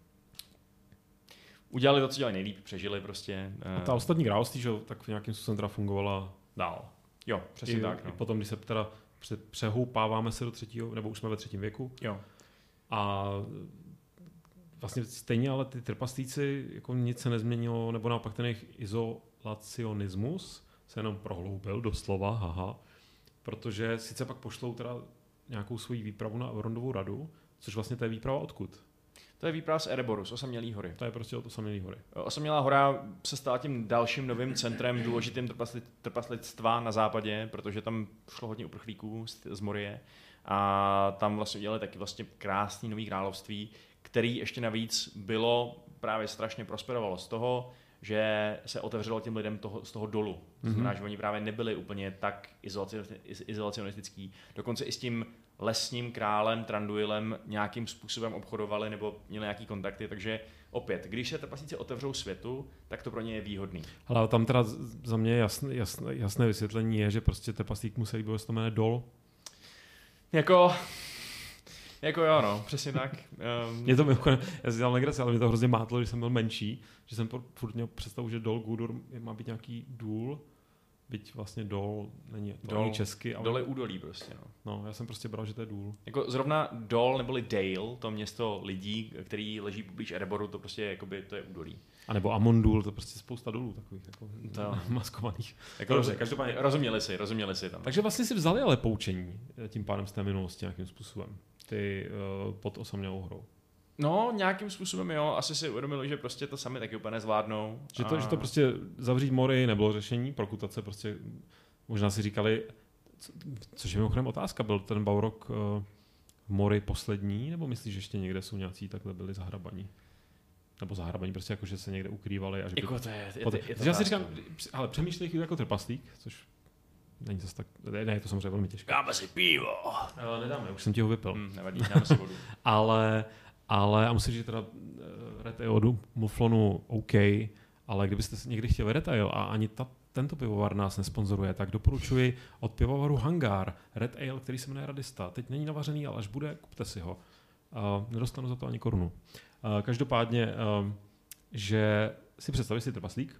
udělali to, co dělali nejlíp, přežili prostě. A ta ostatní království, že tak v nějakým způsobem teda fungovala dál. Jo, přesně tak. No. I potom, když se teda přehoupáváme se do 3. nebo už jsme ve 3. věku. Jo. A vlastně stejně, ale ty trpaslíci, jako nic se nezměnilo, nebo naopak ten jejich izolacionismus se jenom prohloubil doslova, protože sice pak pošlou teda nějakou svoji výpravu na Elrondovou radu, což vlastně to je výprava odkud? To je výprava z Ereboru, z Osamělý hory. To je prostě od Osamělý hory. Osamělá hora se stala tím dalším novým centrem důležitým trpaslictva na západě, protože tam šlo hodně uprchlíků z Morie a tam vlastně udělali taky vlastně krásný nový království, který ještě navíc bylo právě strašně prosperovalo z toho, že se otevřelo těm lidem z toho dolu. To znamená, že oni právě nebyli úplně tak izolacionistický. Dokonce i s tím lesním králem Tranduilem nějakým způsobem obchodovali nebo měli nějaký kontakty, takže opět, když se trpaslíci otevřou světu, tak to pro ně je výhodný. Ale tam teda za mě jasné vysvětlení je, že prostě trpaslík musí být, se to jmenuje dol. Jako jo, no, přesně tak. Mě to mimochodem, já si dělal legraci, ale mě to hrozně mátlo, když jsem byl menší, že jsem furt měl představu, že Dol Guldur má být nějaký důl, byť vlastně dol není česky. Ale... Dol je údolí prostě, no. No, já jsem prostě bral, že to je důl. Jako zrovna Dol neboli Dale, to město lidí, který leží poblíž Ereboru, to prostě jakoby, to je údolí. A nebo Amondul, to prostě spousta dolů takových jako maskovaných. Jako dobře, každopádně rozuměli si tam. Takže vlastně si vzali ale poučení tím pádem z té minulosti nějakým způsobem. Ty pod Osamělou horou. No, nějakým způsobem jo, asi si uvědomili, že prostě to sami taky úplně nezvládnou. Že to prostě zavřít Morii nebylo řešení, prokutace prostě, možná si říkali, což je mimochodem otázka, byl ten Balrog v mori poslední, nebo myslíš, že ještě někde jsou nějací takhle byli zahrabaní? Nebo zahrabaní, prostě jako, že se někde ukrývali. A že jako to je já si říkám, ale přemýšlej chvíli jako trpaslík, což není zase tak, ne, je to samozřejmě velmi těžké. Dáme si pivo. Nedáme, už jsem ti ho vypil. Nevadí, dáme si vodu. ale a musím říct, že teda Red Ale od Muflonu OK, ale kdybyste někdy chtěli Red Ale a ani tento pivovar nás nesponzoruje, tak doporučuji od pivovaru Hangár Red Ale, který se jmenuje Radista. Teď není navařený, ale až bude, kupte si ho. Nedostanu za to ani korunu. Každopádně, že si představíš si trpaslík,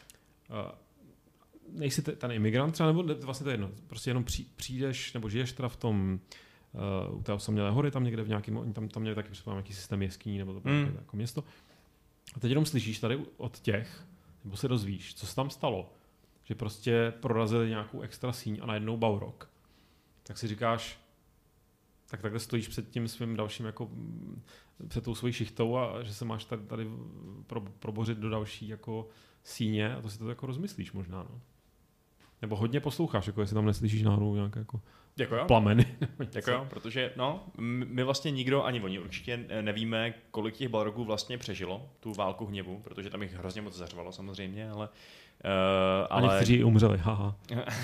nejsi ten imigrant třeba, nebo vlastně to je jedno, prostě jenom přijdeš, nebo žiješ teda v tom, u té Osamělé hory, tam někde v nějakém, oni tam měli taky předpokládám nějaký systém jeskyní, nebo to jako město. A teď jenom slyšíš tady od těch, nebo se dozvíš, co se tam stalo, že prostě prorazili nějakou extra síň a najednou Balrog. Tak si říkáš, tak takhle stojíš před tím svým dalším, jako před tou svojí šichtou a že se máš tady probořit do další jako síně a to si to jako rozmyslíš možná, no. Nebo hodně posloucháš, jako jestli tam neslyšíš náhodou nějaké jako plameny. Jako jo, protože no, my vlastně nikdo, ani oni určitě nevíme, kolik těch Balrogů vlastně přežilo tu válku hněvu, protože tam jich hrozně moc zařvalo samozřejmě, ale a někteří umřeli, haha.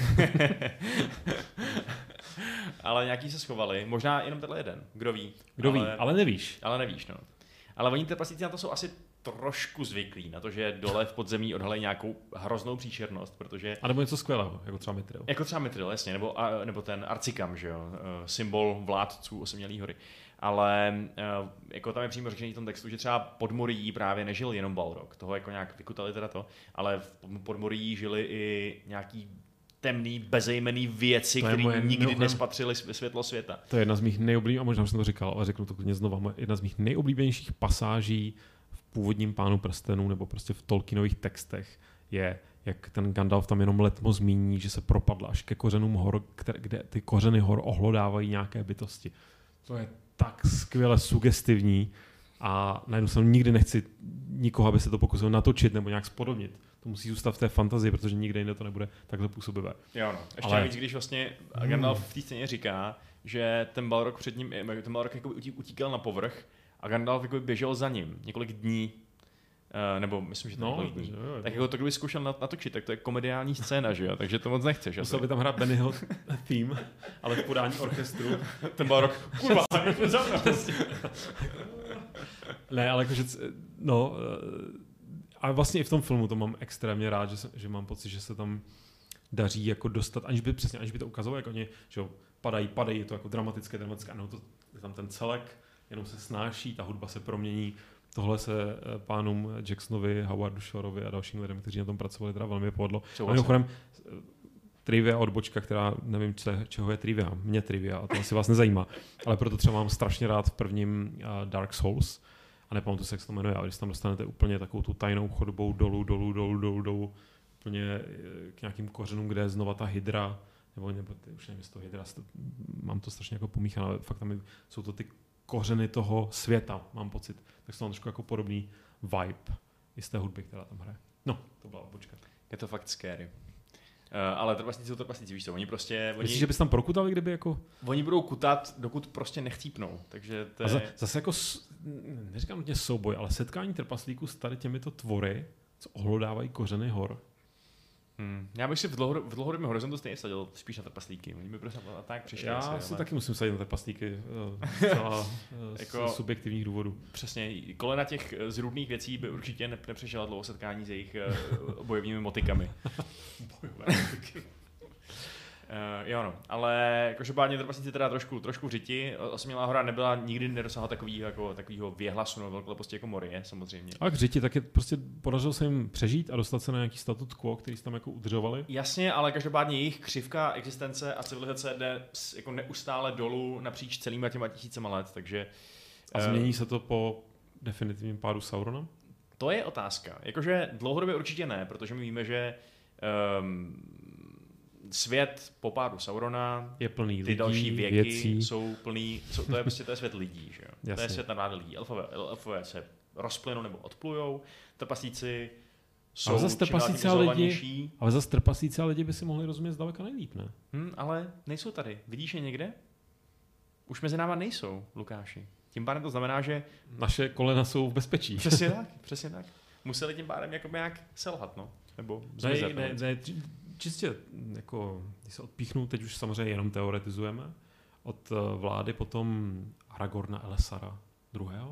Ale nějaký se schovali, možná jenom tenhle jeden, kdo ví. Ale nevíš. Ale nevíš, no. Ale oni trpaslíci na to jsou asi trošku zvyklí, na to, že dole v podzemí odhalí nějakou hroznou příšernost, protože... A nebo něco skvělého, jako třeba Mithril. Jako třeba Mithril, jasně, nebo ten Arcikam, že jo, symbol vládců Osamělé hory. Ale jako tam je přímo řečený v tom textu, že třeba pod Morií právě nežil jenom Balrog, toho jako nějak vykutali teda to, ale pod Morií žili i nějaký temný, bezejmenný věci, které nikdy nespatřili světlo světa. To je jedna z mých nejoblíbenějších, a možná jsem to říkal, ale řeknu to klidně znova, jedna z mých nejoblíbenějších pasáží v původním Pánu prstenů nebo prostě v Tolkienových textech je, jak ten Gandalf tam jenom letmo zmíní, že se propadl až ke kořenům hor, kde ty kořeny hor ohlodávají nějaké bytosti. To je tak skvěle sugestivní a najednou jsem nikdy nechci nikoho, aby se to pokusil natočit nebo nějak spodobnit. To musí zůstat v té fantazii, protože nikde jinde to nebude takhle působivé. Jo, no. Ještě navíc, když vlastně Gandalf v té scéně říká, že ten Balrog před ním, ten Balrog jako utíkal na povrch a Gandalf jako běžel za ním několik dní, nebo myslím, že to několik dní. Jo, tak jako to, kdyby zkoušel natočit, tak to je komediální scéna, že jo? Takže to moc nechceš. Musel by tam hrát Bennyho theme, ale v podání orchestru. Ten Balrog, kurva, ne, ale jakože, no, a vlastně i v tom filmu to mám extrémně rád, že mám pocit, že se tam daří jako dostat, aniž by to ukazovalo, jako oni, že padají, je to jako dramatické, ano, to je tam ten celek, jenom se snáší, ta hudba se promění. Tohle se pánům Jacksonovi, Howardu Shoreovi a dalším lidem, kteří na tom pracovali, teda velmi povedlo. A mimochodem, trivia odbočka, která nevím, čeho je trivia, mě trivia, a to asi vás nezajímá, ale proto třeba mám strašně rád v prvním Dark Souls, a nepamatuji se, jak se to jmenuje, ale když tam dostanete úplně takovou tu tajnou chodbou dolů, úplně k nějakým kořenům, kde je znova ta hydra, nebo už nevím, jestli to hydra, mám to strašně jako pomíchané, ale fakt tam jsou to ty kořeny toho světa, mám pocit. Tak to mám trošku jako podobný vibe i z té hudby, která tam hraje. No, to byla odbočka. Je to fakt scary. Ale trpaslíci jsou trpaslíci, víš co, oni prostě... Myslíš, že bys tam prokutali, kdyby jako... Oni budou kutat, dokud prostě nechcípnou, takže to je... Zase jako, neříkám nutně souboj, ale setkání trpaslíků s tady těmito tvory, co ohlodávají kořeny hor. Já bych si v dlouhodobém horizontu stejně sadil spíš na trpaslíky. Oni by prostě tak přišli. Já si taky musím sadit na trpaslíky jako, z subjektivních důvodů. Přesně. Kolena těch zrůdných věcí by určitě nepřešla dlouho setkání s jejich bojovými motikami. Bojové motiky. Jo no, ale každopádně trpaslíci teda trošku řiti. Osamělá hora nebyla nikdy nedosáhla takového věhlasu nebo velkoleposti jako Morie, samozřejmě. Ale k řiti, tak je prostě podařilo se jim přežít a dostat se na nějaký statut quo, který se tam jako udržovali. Jasně, ale každopádně jejich křivka existence a civilizace jde jako neustále dolů napříč celými těma tisícema let, takže... A změní se to po definitivním pádu Saurona? To je otázka. Jakože dlouhodobě určitě ne, protože my víme, že svět po pádu Saurona, je plný ty lidí, další věky věcí. Jsou plný, to je svět lidí, že jo? To je svět nadvlády lidí. Elfové se rozplynou nebo odplujou, trpaslíci jsou trpaslíci a lidi by si mohli rozumět zdaleka nejlíp, ne? Ale nejsou tady. Vidíš je někde? už mezi náma nejsou, Lukáši. Tím pádem to znamená, že... Naše kolena jsou v bezpečí. Přesně tak. Museli tím pádem jako nějak selhat, no. Nebo zmizet. Ne, čistě, jako, když se odpíchnu, teď už samozřejmě jenom teoretizujeme, od vlády potom Aragorna Elessara druhého.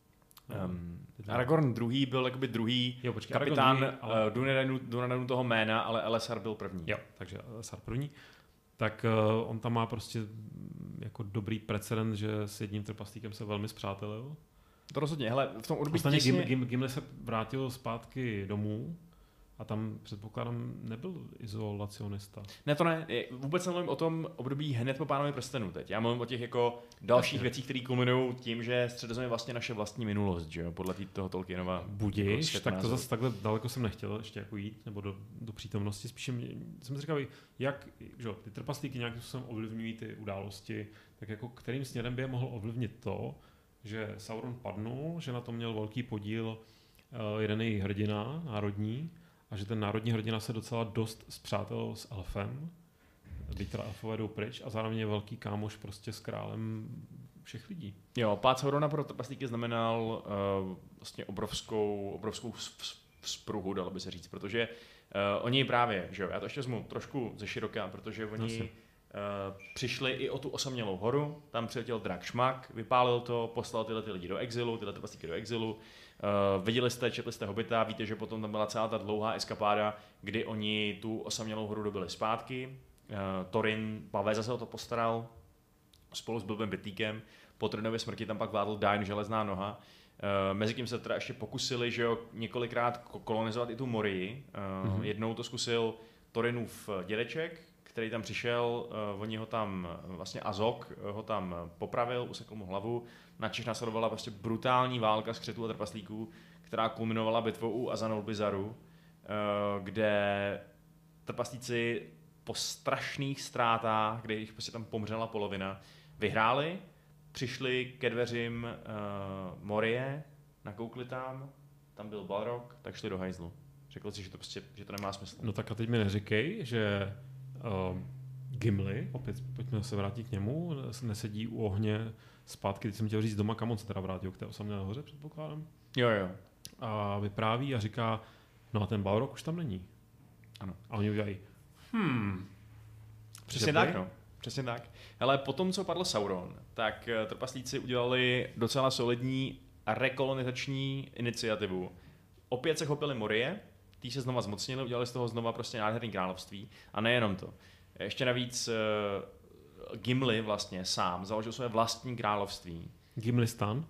Aragorn druhý byl jakoby druhý kapitán Dunedainu toho jména, ale Elessar byl první. Jo, takže Elessar první. Tak on tam má prostě jako dobrý precedent, že s jedním trpaslíkem se velmi spřátelil. To rozhodně, hele, v tom období Gimli se vrátil zpátky domů a tam předpokládám nebyl izolacionista. Ne, to ne. Vůbec nemluvím o tom období hned po Pánovi prstenů teď. Já mluvím o těch jako dalších věcích, které kulminují tím, že Středozem je vlastně naše vlastní minulost, že jo, podle toho Tolkienova. Budíš, jako tak to zase takhle daleko jsem nechtěl ještě jako jít, nebo do přítomnosti. Spíše jsem si říkal, jak že ty trpaslíky nějakým způsobem ovlivňují ty události, tak jako kterým směrem by je mohl ovlivnit to, že Sauron padnul, že na tom měl velký podíl jeden jejich hrdina, národní, a že ten národní hrdina se docela dost spřátelil s elfem, byť teda elfové jdou pryč, a zároveň je velký kámoš prostě s králem všech lidí. Jo, pád Saurona pro trpaslíky znamenal vlastně obrovskou vzpruhu, dalo by se říct, protože oni právě, že jo, já to ještě vezmu trošku ze široka, protože oni přišli i o tu osamělou horu, tam přiletěl drak Šmak, vypálil to, poslal tyhle lidi do exilu, tyhle trpaslíky do exilu. Viděli jste, četli jste Hobita, víte, že potom tam byla celá ta dlouhá eskapáda, kdy oni tu osamělou horu dobili zpátky. Thorin Pavé zase o to postaral spolu s Bilbem Bitýkem. Po Thorinově smrti tam pak vládl Dain Železná noha. Mezitím se teda ještě pokusili, že jo, několikrát kolonizovat i tu Morii. Jednou to zkusil Thorinův dědeček, který tam přišel, oni ho tam, vlastně Azog ho tam popravil, usekl mu hlavu, načež následovala prostě brutální válka skřetů a trpaslíků, která kulminovala bitvou u Azanul-Bizaru, kde trpaslíci po strašných ztrátách, kde jich prostě tam pomřela polovina, vyhráli, přišli ke dveřím Morie, nakoukli tam byl Balrog, tak šli do hajzlu. Řekl si, že to nemá smysl. No tak a teď mi neříkej, že Gimli, opět pojďme se vrátit k němu, nesedí u ohně zpátky, teď jsem chtěl říct doma, kam on se teda vrátil, k té osamělé hoře, předpokládám. Jo. A vypráví a říká, no a ten Balrog už tam není. Ano. A oni udělají, Přesně tak, no. Přesně tak. Ale potom, co padl Sauron, tak trpaslíci udělali docela solidní rekolonizační iniciativu. Opět se chopili Morie, tí se znova zmocnili, udělali z toho znova prostě nádherný království. A nejenom to. Ještě navíc Gimli vlastně sám založil své vlastní království. Gimlistan?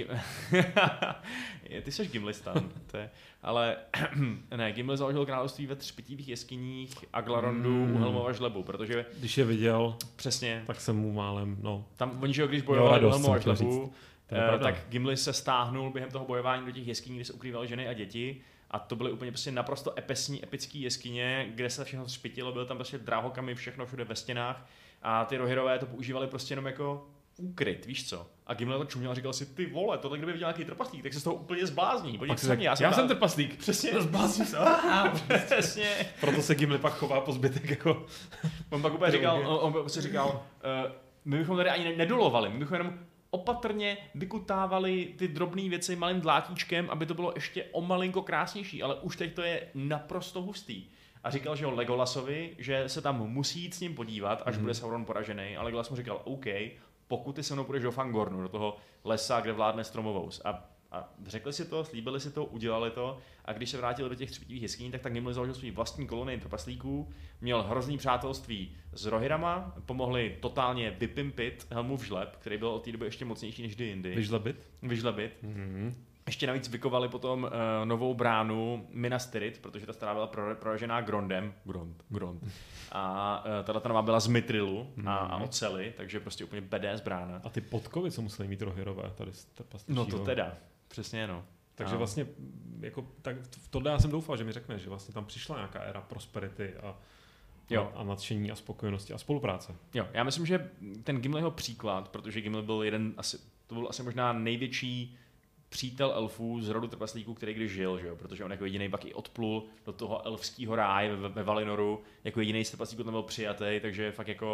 Ty jsi Gimlistan, ale ne, Gimli založil království ve třpitivých jeskyních Aglarondu u Helmova žlebu, protože... Když je viděl, přesně, tak jsem mu málem, no. Tam oni, že když bojovali u Helmova žlebu, tak Gimli se stáhnul během toho bojování do těch jeskyní, kde se ukrývaly ženy a děti. A to byly úplně prostě naprosto epické jeskyně, kde se všechno špitilo, byly tam prostě drahokamy, všechno všude ve stěnách a ty Rohirové to používali prostě jenom jako úkryt, víš co? A Gimli to čuměl a říkal si, ty vole, tohle kdyby viděl nějaký trpaslík, tak se z toho úplně zblázní. Já jsem trpaslík. Přesně. Zblázní se. Přesně. Proto se Gimli pak chová po zbytek jako... On pak úplně říkal, my bychom tady ani nedolovali, my bychom jenom opatrně vykutávali ty drobné věci malým dlátíčkem, aby to bylo ještě o malinko krásnější, ale už teď to je naprosto hustý. A říkal, že Legolasovi, že se tam musí jít s ním podívat, až bude Sauron poražený, a Legolas mu říkal, OK, pokud ty se mnou půjdeš do Fangornu, do toho lesa, kde vládne Stromovous. A řekli si to, slíbili si to, udělali to, a když se vrátili do těch třpitivých jeskyní, tak Gimli založil svůj vlastní kolonii trpaslíků, měl hrozný přátelství s Rohirama, pomohli totálně vypimpit Helmův žleb, který byl od té doby ještě mocnější než kdy jindy. Vyžlebit. Mm-hmm. Ještě navíc vykovali potom novou bránu Minas Tirith, protože ta stará byla proražená Grondem. Grond. A ta nová byla z mitrilu a oceli, takže prostě úplně badass brána. A ty podkovy, co museli mít Rohirové tady z trpaslíčího. No to teda, přesně no. Takže vlastně, jako, tak v tohle já jsem doufal, že mi řekne, že vlastně tam přišla nějaká éra prosperity a nadšení a spokojenosti a spolupráce. Jo, já myslím, že ten Gimliho příklad, protože Gimli byl to byl asi možná největší přítel elfů z rodu trpaslíků, který kdy žil, že jo? Protože on jako jediný pak i odplul do toho elfského ráje ve Valinoru, jako jediný z trpaslíků tam byl přijatý, takže fakt jako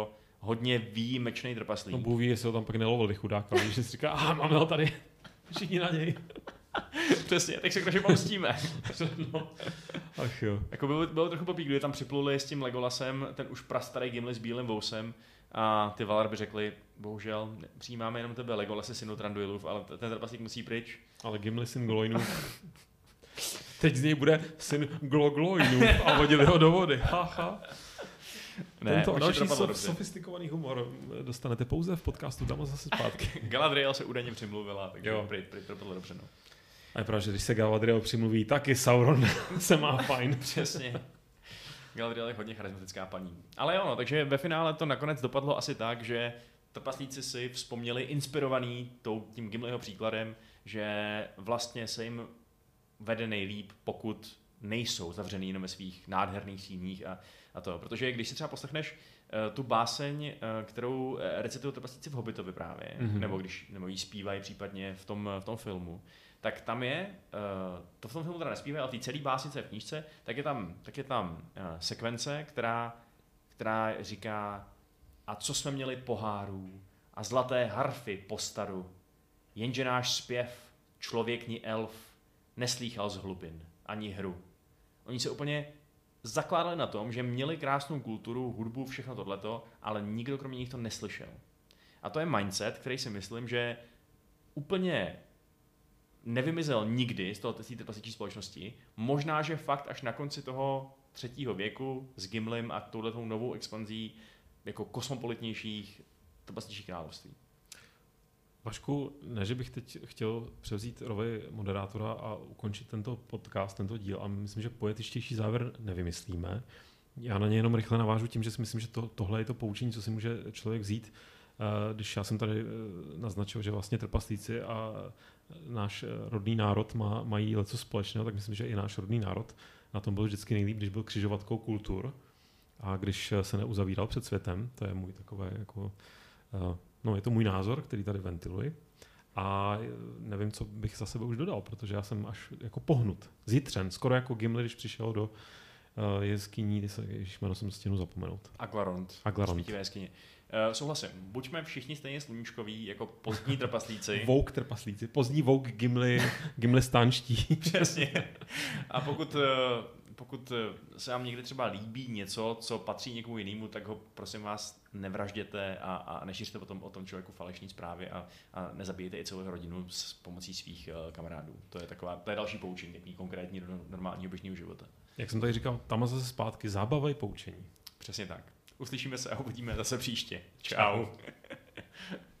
hodně výjimečný trpaslík. No Bůh ví, jestli ho tam pak nelovili chudáka, když si říká, máme ho tady, všichni na něj. Přesně, tak se konečně pomstíme. No. Ach jo. Jako bylo trochu blbý, kdy tam připluli s tím Legolasem, ten už prastarý Gimli s bílým vousem a ty Valar by řekli, bohužel přijímáme jenom tebe, Legolas synu Tranduilův, ale ten trpaslík musí pryč. Ale Gimli syn Gloinův. Teď z něj bude syn Gloinův a hodili ho do vody. Haha. Ne, tento další sofistikovaný humor dostanete pouze v podcastu Tam a zase zpátky. Galadriel se údajně přimluvila, takže jo. Pryč to bylo dobře. No. A je pravda, že když se Galadriel přimluví, taky Sauron se má fajn. Přesně. Galadriel je hodně charismatická paní. Ale jo, no, takže ve finále to nakonec dopadlo asi tak, že trpaslíci si vzpomněli inspirovaný tím Gimliho příkladem, že vlastně se jim vede nejlíp, pokud nejsou zavřený jenom ve svých nádherných síních a to. Protože když si třeba poslechneš tu báseň, kterou recitují trpaslíci v Hobbitovi právě, nebo jí zpívají případně v tom filmu, tak tam je, to v tom filmu teda nespívají, ale v té celé básnice v knížce, tak je tam sekvence, která říká a co jsme měli pohárů a zlaté harfy po staru, jenže náš zpěv, člověk ni elf, neslýchal z hlubin, ani hru. Oni se úplně zakládali na tom, že měli krásnou kulturu, hudbu, všechno tohleto, ale nikdo kromě nich to neslyšel. A to je mindset, který si myslím, že úplně nevymizel nikdy z té trpasličí společnosti. Možná, že fakt až na konci toho 3. věku s Gimlim a touhletou novou expanzí jako kosmopolitnějších trpasličích království. Vašku, ne, že bych teď chtěl převzít roli moderátora a ukončit tento podcast, tento díl, a myslím, že poetičtější závěr nevymyslíme. Já na ně jenom rychle navážu tím, že si myslím, že tohle je to poučení, co si může člověk vzít. Když já jsem tady naznačil, že vlastně trpaslíci a náš rodný národ mají leco společného, tak myslím, že i náš rodný národ na tom byl vždycky nejlíp, když byl křižovatkou kultur a když se neuzavíral před světem. To je můj takové jako... No, je to můj názor, který tady ventiluji a nevím, co bych za sebe už dodal, protože já jsem až jako pohnut, zjitřen, skoro jako Gimli, když přišel do jeskyní, ježišmeno jsem stěnu zapomenout. Aglarond. Smítivé jeskyně. Souhlasím, buďme všichni stejně sluníčkoví, jako pozdní trpaslíci. Vouk trpaslíci, pozdní vouk Gimli stánští. Přesně. A pokud se vám někdy třeba líbí něco, co patří někomu jinému, tak ho prosím vás nevražděte a nešířte potom o tom člověku falešné zprávy a nezabijete i celou rodinu s pomocí svých kamarádů. To je další poučení, takový konkrétní do normálního běžného života. Jak jsem tady říkal, tam a zase zpátky, zábava i poučení. Přesně tak. Uslyšíme se a uvidíme zase příště. Čau.